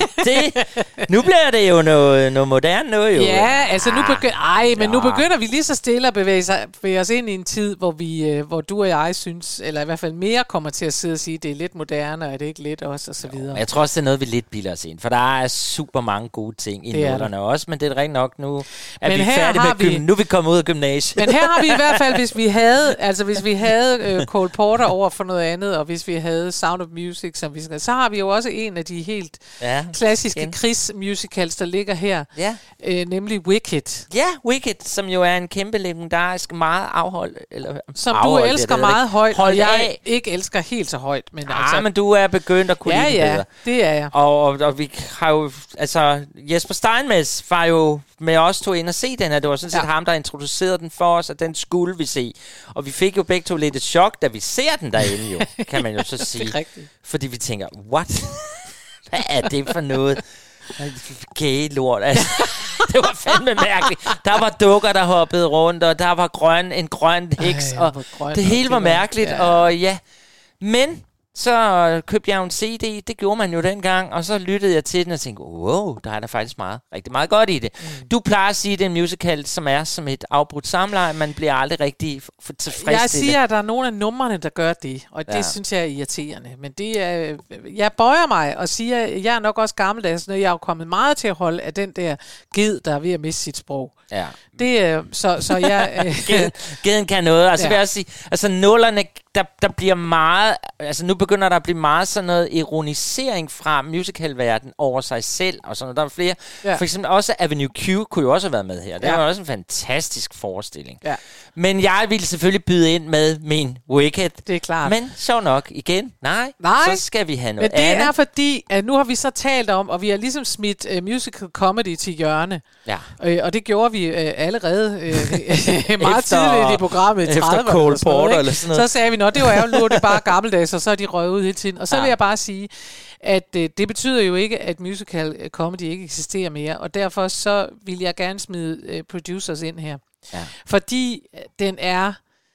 det, nu bliver det jo noget, noget moderne noget, jo. Ja, altså nu begynder, ej, men ja. nu begynder vi lige så stille at bevæge, sig, bevæge os ind i en tid, hvor vi, øh, hvor du og jeg synes, eller i hvert fald mere kommer til at sidde og sige, det er lidt moderne, og er det ikke lidt også, og så videre. Jeg tror også, det er noget, vi lidt bilder os ind, for der er super mange gode ting i nullerne også, men det er rent nok nu, er men vi færdige med vi, gym- nu er vi kommet ud af gymnasiet. Men her har vi i hvert fald, hvis vi havde, altså hvis vi havde øh, Cole Porter over for noget andet, og hvis vi havde Sound of Music, som vi skal, så har vi jo også en af de helt ja, klassiske igen. Chris-musicals, der ligger her, ja. øh, nemlig Wicked. Ja, Wicked, som jo er en kæmpe legendarisk, meget afholdt. Eller, som afholdt, du elsker det, meget højt, og jeg af. ikke elsker helt så højt. Men, ah, altså, men du er begyndt at kunne ja, lide ja, bedre. det er jeg. Og, og, og vi har jo, altså Jesper Steinmetz var jo med os to ind og se den her. Det var sådan set ja. ham, der introducerede den for os, og den skulle vi se. Og vi fik jo begge to lidt et chok, da vi ser den derinde jo, kan man jo så sige. Det er rigtigt. Fordi vi tænker, what? Hvad er det for noget? Gay lort, altså. Det var fandme mærkeligt. Der var dukker, der hoppede rundt, og der var grøn, en grøn heks, Ej, og grøn, det hele var mærkeligt, ja. og ja. Men så købte jeg en C D, det gjorde man jo dengang, og så lyttede jeg til den og tænkte, wow, der er der faktisk meget, rigtig meget godt i det. Mm. Du plejer at sige, at det er en musical, som er som et afbrudt samleje, man bliver aldrig rigtig tilfredsstillet. Jeg siger, at der er nogle af numrene, der gør det, og det ja. synes jeg er irriterende. Men det er, jeg bøjer mig og siger, at jeg er nok også gammeldags, når jeg er jo kommet meget til at holde af den der ged, der er ved at miste sit sprog. Ja. Det, så, så jeg... Geden, geden kan noget. Altså, ja. vil jeg sige, altså nullerne, der, der bliver meget... Altså, nu begynder der at blive meget sådan noget ironisering fra musicalverden over sig selv, og sådan noget. Der er flere. Ja. For eksempel også Avenue Q kunne jo også have været med her. Det ja. var også en fantastisk forestilling. Ja. Men jeg ville selvfølgelig byde ind med min Wicked. Det er klart. Men så nok igen. Nej, Nej. så skal vi have noget Men det andet. er fordi, at nu har vi så talt om, og vi har ligesom smidt uh, musical comedy til hjørne. Ja. Øh, og det gjorde vi øh, allerede øh, meget efter, tidligt i programmet i trediverne. Efter Cole Porter eller sådan noget. Så sagde vi, nå, det var jo nu er det bare gammeldags, og så er de røget ud hele tiden. Og så ja. vil jeg bare sige, at øh, det betyder jo ikke, at musical comedy ikke eksisterer mere, og derfor så vil jeg gerne smide øh, producers ind her. Ja. Fordi den er,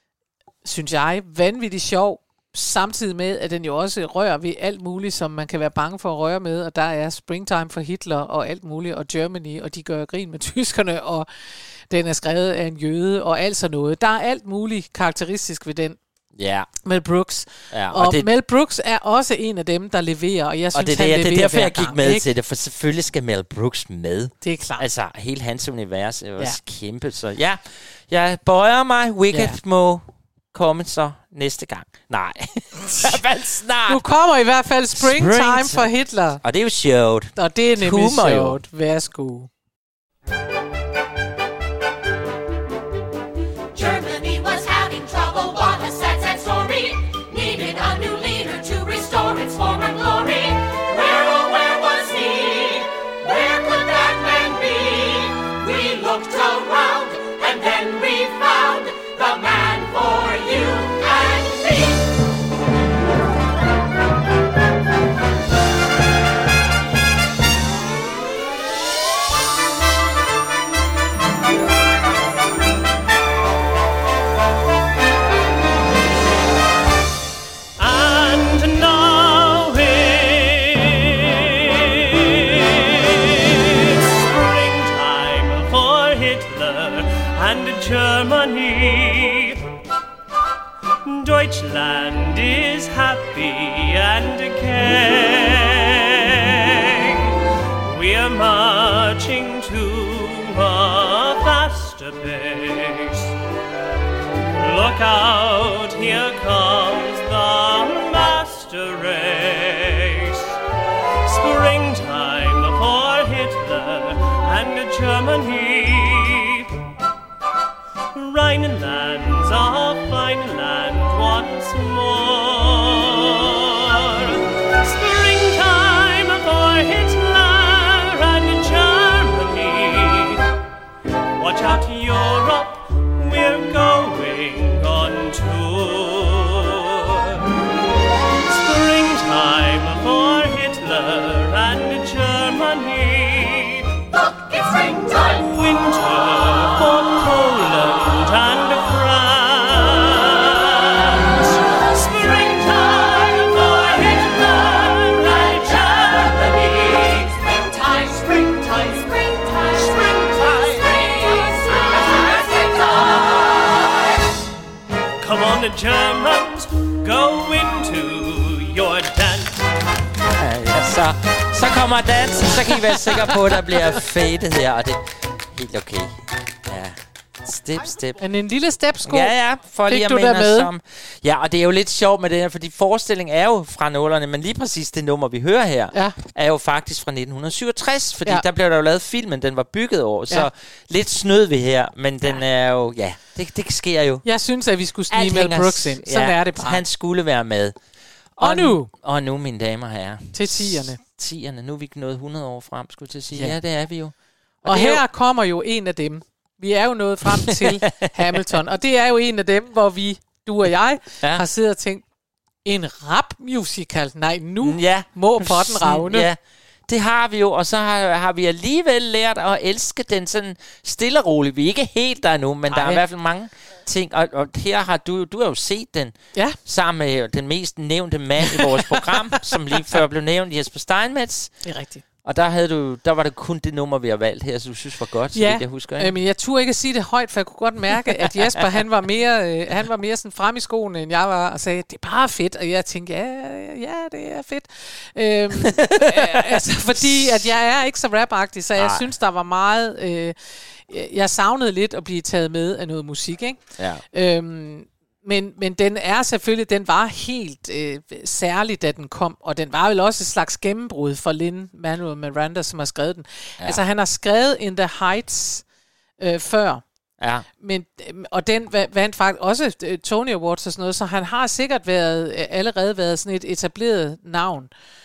synes jeg, vanvittigt sjov, samtidig med, at den jo også rører ved alt muligt, som man kan være bange for at røre med, og der er Springtime for Hitler og alt muligt, og Germany, og de gør grin med tyskerne, og den er skrevet af en jøde, og alt sådan noget. Der er alt muligt karakteristisk ved den. Ja. Mel Brooks. Ja, og og det, Mel Brooks er også en af dem, der leverer, og jeg synes, og det, han det, leverer det er derfor, jeg gik gang, med ikke? til det, for selvfølgelig skal Mel Brooks med. Det er klart. Altså, hele hans univers er også ja. kæmpe, så ja, jeg bøjer mig. Wicked ja. må komme så næste gang. Nej. snart. Nu kommer i hvert fald Springtime, Springtime for Hitler. Og det er jo sjovt. Og det er nemlig sjovt. Værsgo. Germany was having trouble. What a sad, sad story. Needed a new leader to restore its former glory. Where, oh, where was he? Where could that man be? We looked around and then we found the man for you and me. And now it's springtime for Hitler and Germany. Deutschland is happy and gay. We're marching to a faster pace. Look out, here comes the master race. Springtime for Hitler and Germany. Rhineland's a fine land once more. Springtime for Hitler and Germany. Watch out, Europe, we're going on tour. Springtime for Hitler and Germany. Look, it's springtime. Winter for Poland and France. when the Germans go into your dance. Ja, ja, så, så kommer dansen, så kan I være sikre på, at der bliver fadet her, og det er helt okay. Ja. Step, step. Men en lille stepsko. Ja, ja, for Fik lige at du minde der med? os om. Ja, og det er jo lidt sjovt med det her, fordi forestillingen er jo fra nullerne, men lige præcis det nummer, vi hører her, ja. er jo faktisk fra nitten syvogtres, fordi Ja. der blev der jo lavet filmen, den var bygget over, så Ja. lidt snød vi her, men den er jo, ja, det, det sker jo. Jeg synes, at vi skulle snige Alt Mel hænger Brooks s- ind. Sådan ja, er det bare. Han skulle være med. Og nu? Og nu, mine damer og herrer. Til tierne. Tierne. Nu er vi nået hundrede år frem, skulle jeg til at sige. Ja. Ja, det er vi jo. Og, Og det er her jo, kommer jo en af dem. Vi er jo nået frem til Hamilton, og det er jo en af dem, hvor vi, du og jeg, Ja. har siddet og tænkt, en rap musical? Nej, nu ja. må potten ravne. Ja, det har vi jo, og så har, har vi alligevel lært at elske den sådan stille og roligt. Vi er ikke helt der nu, men Ej. der er i hvert fald mange ting, og, og her har du, du har jo set den, ja. sammen med den mest nævnte mand i vores program, som lige før blev nævnt, Jesper Steinmetz. Det er rigtigt. Og der, havde du, der var det kun det nummer, vi har valgt her, så du synes var godt, så Ja, vidt jeg husker. Ikke? øh, men jeg turde ikke at sige det højt, for jeg kunne godt mærke, at Jesper, han var mere, øh, han var mere sådan frem i skoene, end jeg var, og sagde, det er bare fedt. Og jeg tænkte, ja, ja, det er fedt. Øhm, øh, altså, fordi at jeg er ikke så rap-agtig, så jeg Nej. synes, der var meget... Øh, jeg savnede lidt at blive taget med af noget musik, ikke? Ja. Øhm, men, men den er selvfølgelig, den var helt øh, særlig, da den kom, og den var vel også et slags gennembrud for Lin-Manuel Miranda, som har skrevet den. Ja. Altså, han har skrevet In the Heights øh, før, Ja. men, øh, og den va- vandt faktisk også øh, Tony Awards og sådan noget, så han har sikkert været, øh, allerede været sådan et etableret navn.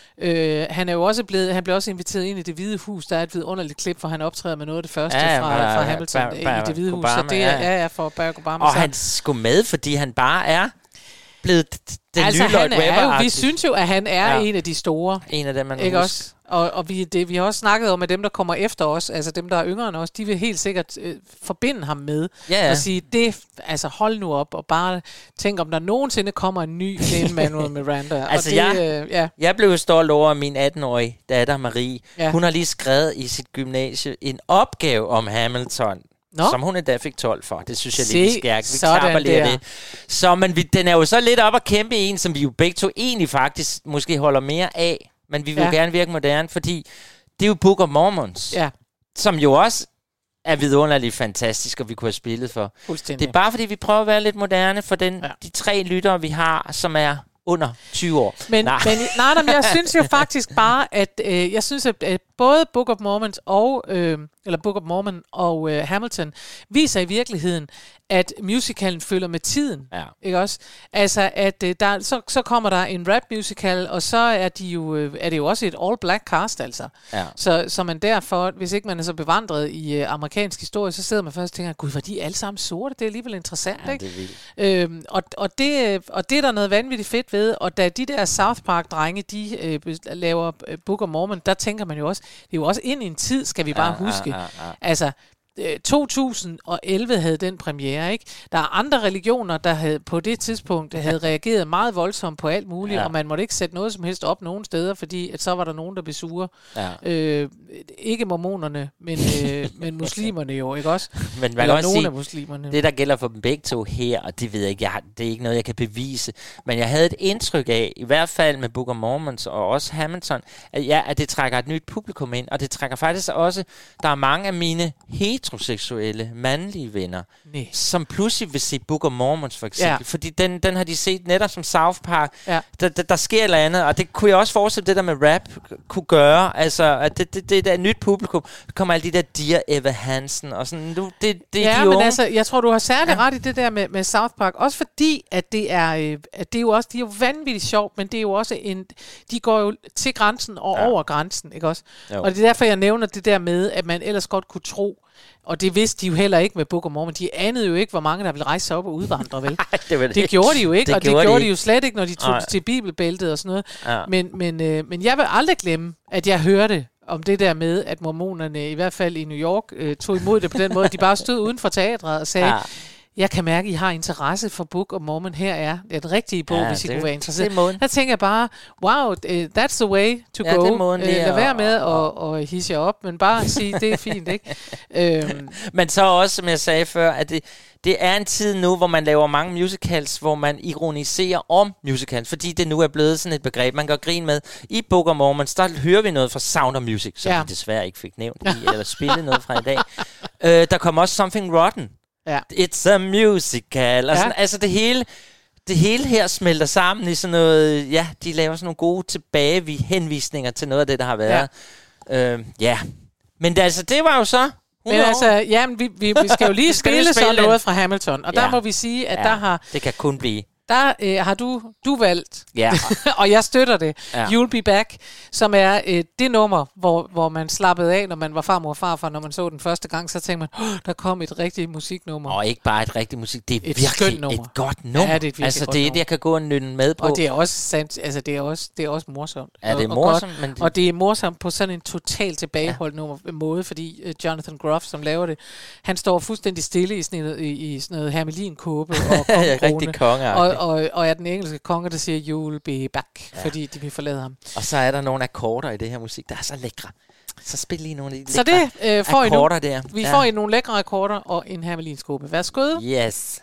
Øh, han er jo også blevet, han blev også inviteret ind i Det Hvide Hus. Der er et vidunderligt klip, hvor han optræder med noget af det første Ja, ja, fra, fra- fra Hamilton Bar- i Bar- Det Hvide Hus. Obama, Så det er, ja. ja, ja, for Barack Obama. Og så. han skulle med, fordi han bare er blevet d- den altså, nye Lloyd han er jo, Webber. vi synes jo, at han er Ja. ja. en af de store. En af dem, man Ikke husker. også? Og, og vi, det, vi har også snakket om, at dem, der kommer efter os, altså dem, der er yngre end os, de vil helt sikkert øh, forbinde ham med. Ja, ja. Og sige, det, altså hold nu op, og bare tænk, om der nogensinde kommer en ny Lin-Manuel Miranda. Altså, og det, jeg, øh, ja. jeg blev stolt over min atten-årige datter Marie. Ja. Hun har lige skrevet i sit gymnasie en opgave om Hamilton, Nå. som hun endda fik tolv for. Det synes jeg Se, lige, vi skærk. Vi sådan klapper lige af der. det. Så men vi, den er jo så lidt op at kæmpe i en, som vi jo begge to egentlig faktisk måske holder mere af. Men vi vil Ja. jo gerne virke moderne, fordi det er jo Book of Mormons, Ja. som jo også er vidunderligt fantastisk, og vi kunne have spillet for. Fuldstændig. Det er bare fordi, vi prøver at være lidt moderne for den, ja. de tre lyttere, vi har, som er under tyve år. Men, Nej. men nej, nej, men jeg synes jo faktisk bare, at øh, jeg synes, at, at både Book of Mormon og øh, eller Book of Mormon og øh, Hamilton viser i virkeligheden, at musicalen følger med tiden. Ja. Ikke også? Altså, at øh, der, så, så kommer der en rap musical, og så er, de jo, øh, er det jo også et all-black cast, altså. Ja. Så, så man derfor, hvis ikke man er så bevandret i øh, amerikansk historie, så sidder man først og tænker, gud, var de alle sammen sorte? Det er alligevel interessant, Ja, ikke? det er vildt. Øhm, og, og, det, og det er der noget vanvittigt fedt ved, og da de der South Park-drenge, de øh, laver øh, Book of Mormon, der tænker man jo også, det er jo også ind i en tid, skal vi bare Ja, ja, huske. ja, ja. Altså, øh, to tusind og elleve havde den premiere, ikke? Der er andre religioner, der havde på det tidspunkt havde reageret meget voldsomt på alt muligt, Ja. og man måtte ikke sætte noget som helst op nogen steder, fordi at så var der nogen, der blev sure. Ja. Øh, ikke mormonerne, men, øh, men muslimerne jo, ikke også? Men man kan Eller også nogle sige, af muslimerne. det der gælder for dem begge to her, og det ved jeg ikke, jeg har, det er ikke noget, jeg kan bevise, men jeg havde et indtryk af, i hvert fald med Book of Mormons og også Hamilton, at, ja, at det trækker et nyt publikum ind, og det trækker faktisk også, der er mange af mine heteroseksuelle mandlige venner, Nej. som pludselig vil se Book of Mormons for eksempel, Ja. fordi den, den har de set netop som South Park. Ja. Der, der, der sker et eller andet, og det kunne jeg også forestille, det der med rap kunne gøre, altså at det, det, det, det er et nyt publikum. Der kommer alle de der Dear Evan Hansen og sådan, du, det, det er Ja, de men unge. altså, jeg tror, du har særlig Ja. ret i det der med, med South Park. Også fordi, at det er, øh, at det er jo også, de er jo vanvittigt sjovt, men det er jo også en, de går jo til grænsen og Ja. over grænsen, ikke også? Jo. Og det er derfor, jeg nævner det der med, at man ellers godt kunne tro, og det vidste de jo heller ikke med Book of Mormon. De anede jo ikke, hvor mange der ville rejse sig op og udvandre, vel? det, var det. Det gjorde de jo ikke, Det og det gjorde gjorde de de jo ikke. slet ikke, når de tog Nej. til bibelbæltet og sådan noget. Ja. Men, men, øh, men jeg vil aldrig glemme, at jeg hørte om det der med, at mormonerne, i hvert fald i New York, øh, tog imod det på den måde, at de bare stod uden for teatret og sagde, Ja. jeg kan mærke, at I har interesse for Book of Mormon. Her er den rigtige bog, Ja, hvis I det- kunne være interesseret. det er måden. Der tænker jeg bare, wow, uh, that's the way to Ja, go. det er måden Uh, lige lad at- være med at, at hisse jer op, men bare sige, det er fint, ikke? øhm, Men så også, som jeg sagde før, at det, det er en tid nu, hvor man laver mange musicals, hvor man ironiserer om musicals, fordi det nu er blevet sådan et begreb, man gør grin med. I Book of Mormon, der hører vi noget fra Sound of Music, som Ja. vi desværre ikke fik nævnt i, eller spillet noget fra i dag. Øh, der kommer også Something Rotten. Ja. It's a musical. Og sådan, Ja. altså det hele, det hele her smelter sammen i sådan noget, ja, de laver sådan nogle gode tilbagehenvisninger til noget af det, der har været. Ja. Øh, ja. Men det, altså, det var jo så... Men altså, jamen, vi, vi, vi skal jo lige Vi skal lige spille spille sådan den. noget fra Hamilton, og der Ja. må vi sige, at Ja, der har... det kan kun blive. Der øh, har du, du valgt, Ja. og jeg støtter det, Ja. You'll Be Back, som er øh, det nummer, hvor, hvor man slappede af, når man var farmor og farfar, når man så den første gang, så tænkte man, oh, der kom et rigtigt musiknummer. Og ikke bare et rigtigt musik, det er Et virkelig skønt nummer. et godt nummer. Ja, det er et virkelig altså godt det er nummer. det, jeg kan gå og nynne med på. Og det er også sandt, altså det er også, det er også morsomt. Ja, det er og, morsomt, og, men godt, det- og det er morsomt på sådan en totalt tilbageholdt ja. måde, fordi uh, Jonathan Groff, som laver det, han står fuldstændig stille i sådan noget, i, i sådan noget hermelinkåbe og Rigtig kongekrone, kongeagtigt. og, og, og er den engelske konge, der siger, you'll be back, ja. fordi de vil forlade ham. Og så er der nogle akkorder i det her musik, der er så lækre. Så spil lige nogle af de Så det lækre øh, får I nu. akkorder der. Vi Ja. får I nogle lækre akkorder og en hermelinskåbe. Værsgo. Yes.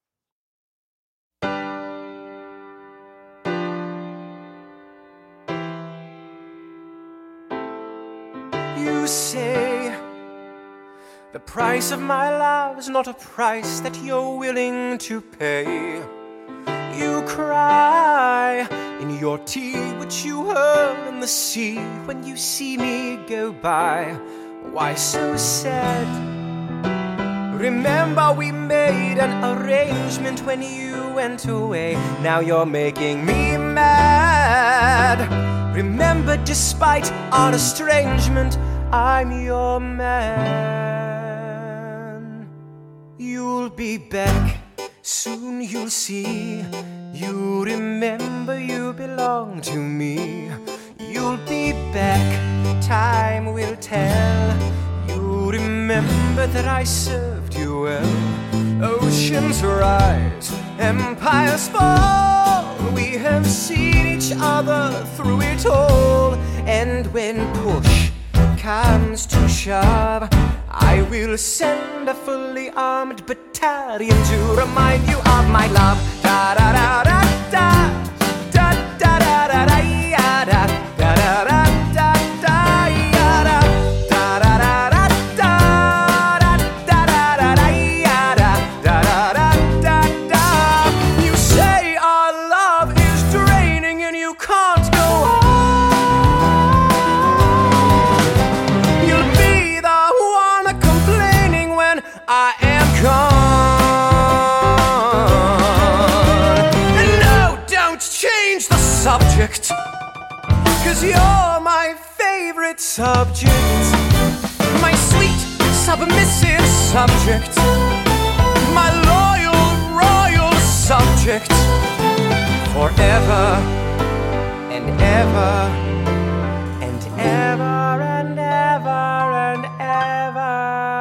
You say the price of my love is not a price that you're willing to pay. You cry in your tea, which you hurl in the sea when you see me go by. Why so sad? Remember we made an arrangement when you went away. Now you're making me mad. Remember, despite our estrangement, I'm your man. You'll be back, soon you'll see. You remember you belong to me. You'll be back, time will tell. You remember that I served you well. Oceans rise, empires fall. We have seen each other through it all. And when push comes to shove, I will send a fully armed battalion to remind you of my love. Da da da da da da da da da da ya da da da da da da ya da da da da da da da da da da ya da da da da da. You say our love is draining and you can't go on. You'll be the one complaining when I am gone. And no, don't change the subject, 'cause you're my favorite subject. My sweet, submissive subject. My loyal, royal subject. Forever and ever and ever and ever and ever.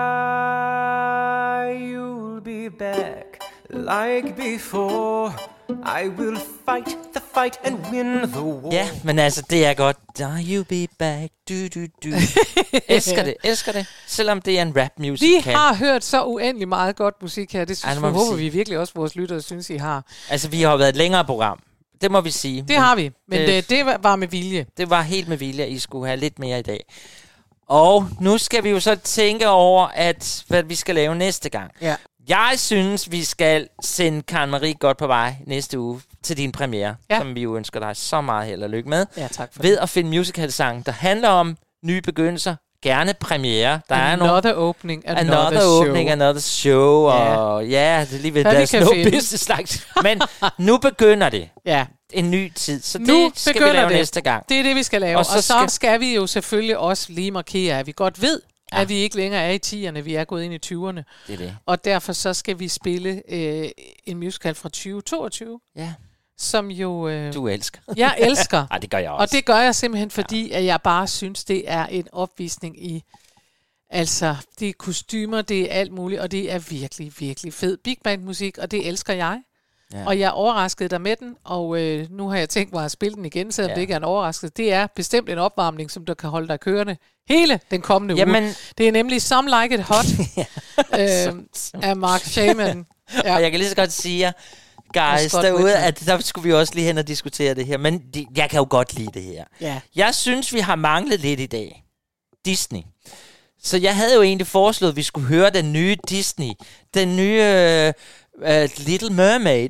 You'll be back like before. I will fight the fight and win the war. Ja, men altså, det er godt. Da you be back. Du, du, du. elsker det, elsker det. Selvom det er en rap Vi musical. har hørt så uendelig meget godt musik her. Det Ej, synes det vi, må vi håber sige. vi virkelig også, vores lyttere synes, I har. Altså, vi har jo været et længere program. Det må vi sige. Det har vi, men øh, det, det var med vilje. Det var helt med vilje, at I skulle have lidt mere i dag. Og nu skal vi jo så tænke over, at hvad vi skal lave næste gang. Ja. Jeg synes, vi skal sende Karen Marie godt på vej næste uge til din premiere, Ja. som vi jo ønsker dig så meget held og lykke med. Ja, tak for Ved at finde musicalsange, der handler om nye begyndelser. Gerne premiere. Der er nogle Another opening, another, another show. opening, another show, Ja. og ja, det er lige ved, Hvad vi there's kan no finde. business like. Men nu begynder det. Ja. En ny tid, så Nu det skal vi begynder lave det. næste gang. Det er det, vi skal lave. Og Og så så, og så skal- skal... skal vi jo selvfølgelig også lige markere, at vi godt ved, ja. at vi ikke længere er i tierne, vi er gået ind i tyverne. Det er det. Og derfor så skal vi spille øh, en musical fra tyve toogtyve. Ja. Som jo... Øh, Du elsker. Jeg elsker. Ej, det gør jeg også. Og det gør jeg simpelthen, fordi ja. at jeg bare synes, det er en opvisning i... Altså, det er kostymer, det er alt muligt, og det er virkelig, virkelig fed big band musik, og det elsker jeg. Ja. Og jeg overraskede dig med den, og øh, nu har jeg tænkt mig at spille den igen, selvom ja. det ikke er en overraskelse. Det er bestemt en opvarmning, som der kan holde dig kørende hele den kommende Jamen... uge. Det er nemlig Some Like It Hot øh, af Mark Shaman. Ja. Og jeg kan lige så godt sige jer, guys, derude, at der skulle vi også lige hen og diskutere det her. Men de, jeg kan jo godt lide det her. Ja. Jeg synes, vi har manglet lidt i dag. Disney. Så jeg havde jo egentlig foreslået, at vi skulle høre den nye Disney. Den nye uh, Little Mermaid.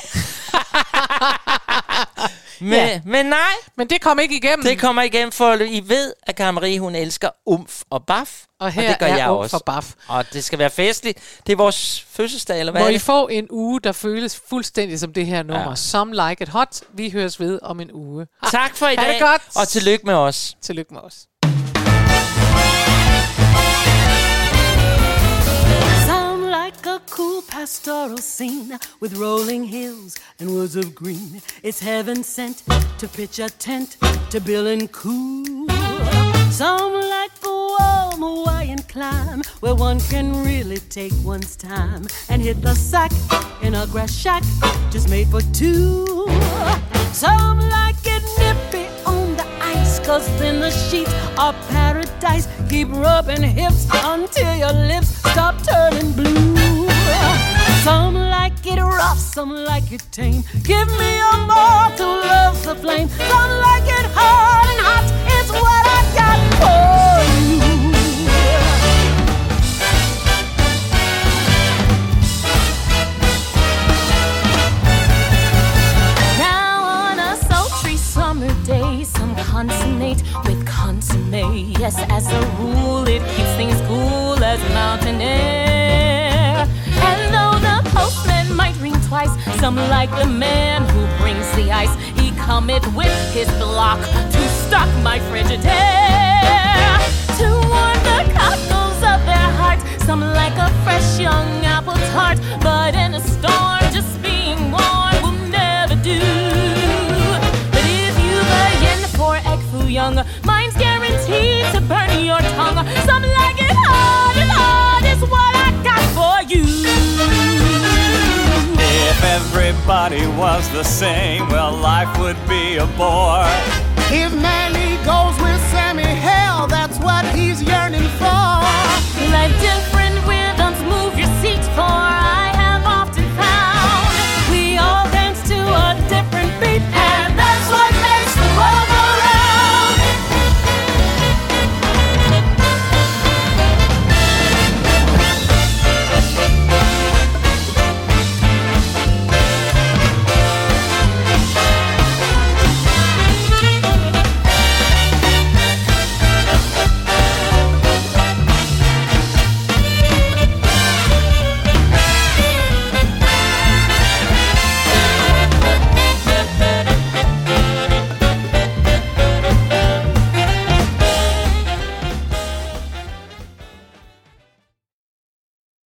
men, ja. men nej. Men det kom ikke igennem. Det kommer igennem, for I ved, at Karen Marie, hun elsker umf og baf. Og her og det gør er jeg umf også. og baf. Og det skal være festligt. Det er vores fødselsdag, eller hvad? Må er I det? få en uge, der føles fuldstændig som det her nummer. Ja. Some Like It Hot. Vi høres ved om en uge. Tak for i dag. Ha' det godt. Og tillykke med os. Tillykke med os. Like a cool pastoral scene with rolling hills and woods of green. It's heaven sent to pitch a tent to build and cool. Some like a warm Hawaiian climb where one can really take one's time and hit the sack in a grass shack just made for two. Some like it nippy on the ice, cause then the sheets are paradise. Keep rubbing hips until your lips stop turning blue. Some like it rough, some like it tame. Give me a moth who loves the flame. Some like it hard and hot. It's what I got for you. Now on a sultry summer day, some consonate with consomme. Yes, as a rule, it keeps things cool as mountain air. And though the postman might ring twice, some like the man who brings the ice. He cometh with his block to stock my Frigidaire. To warm the cockles of their heart, some like a fresh young apple tart. But in a storm, just being warm will never do. But if you've a yen for egg foo young, mine's guaranteed to burn your tongue. Some like it hard and hard is what I got for you. If everybody was the same, well, life would be a bore. If Manny goes with Sammy, hell, that's what he's yearning for. Life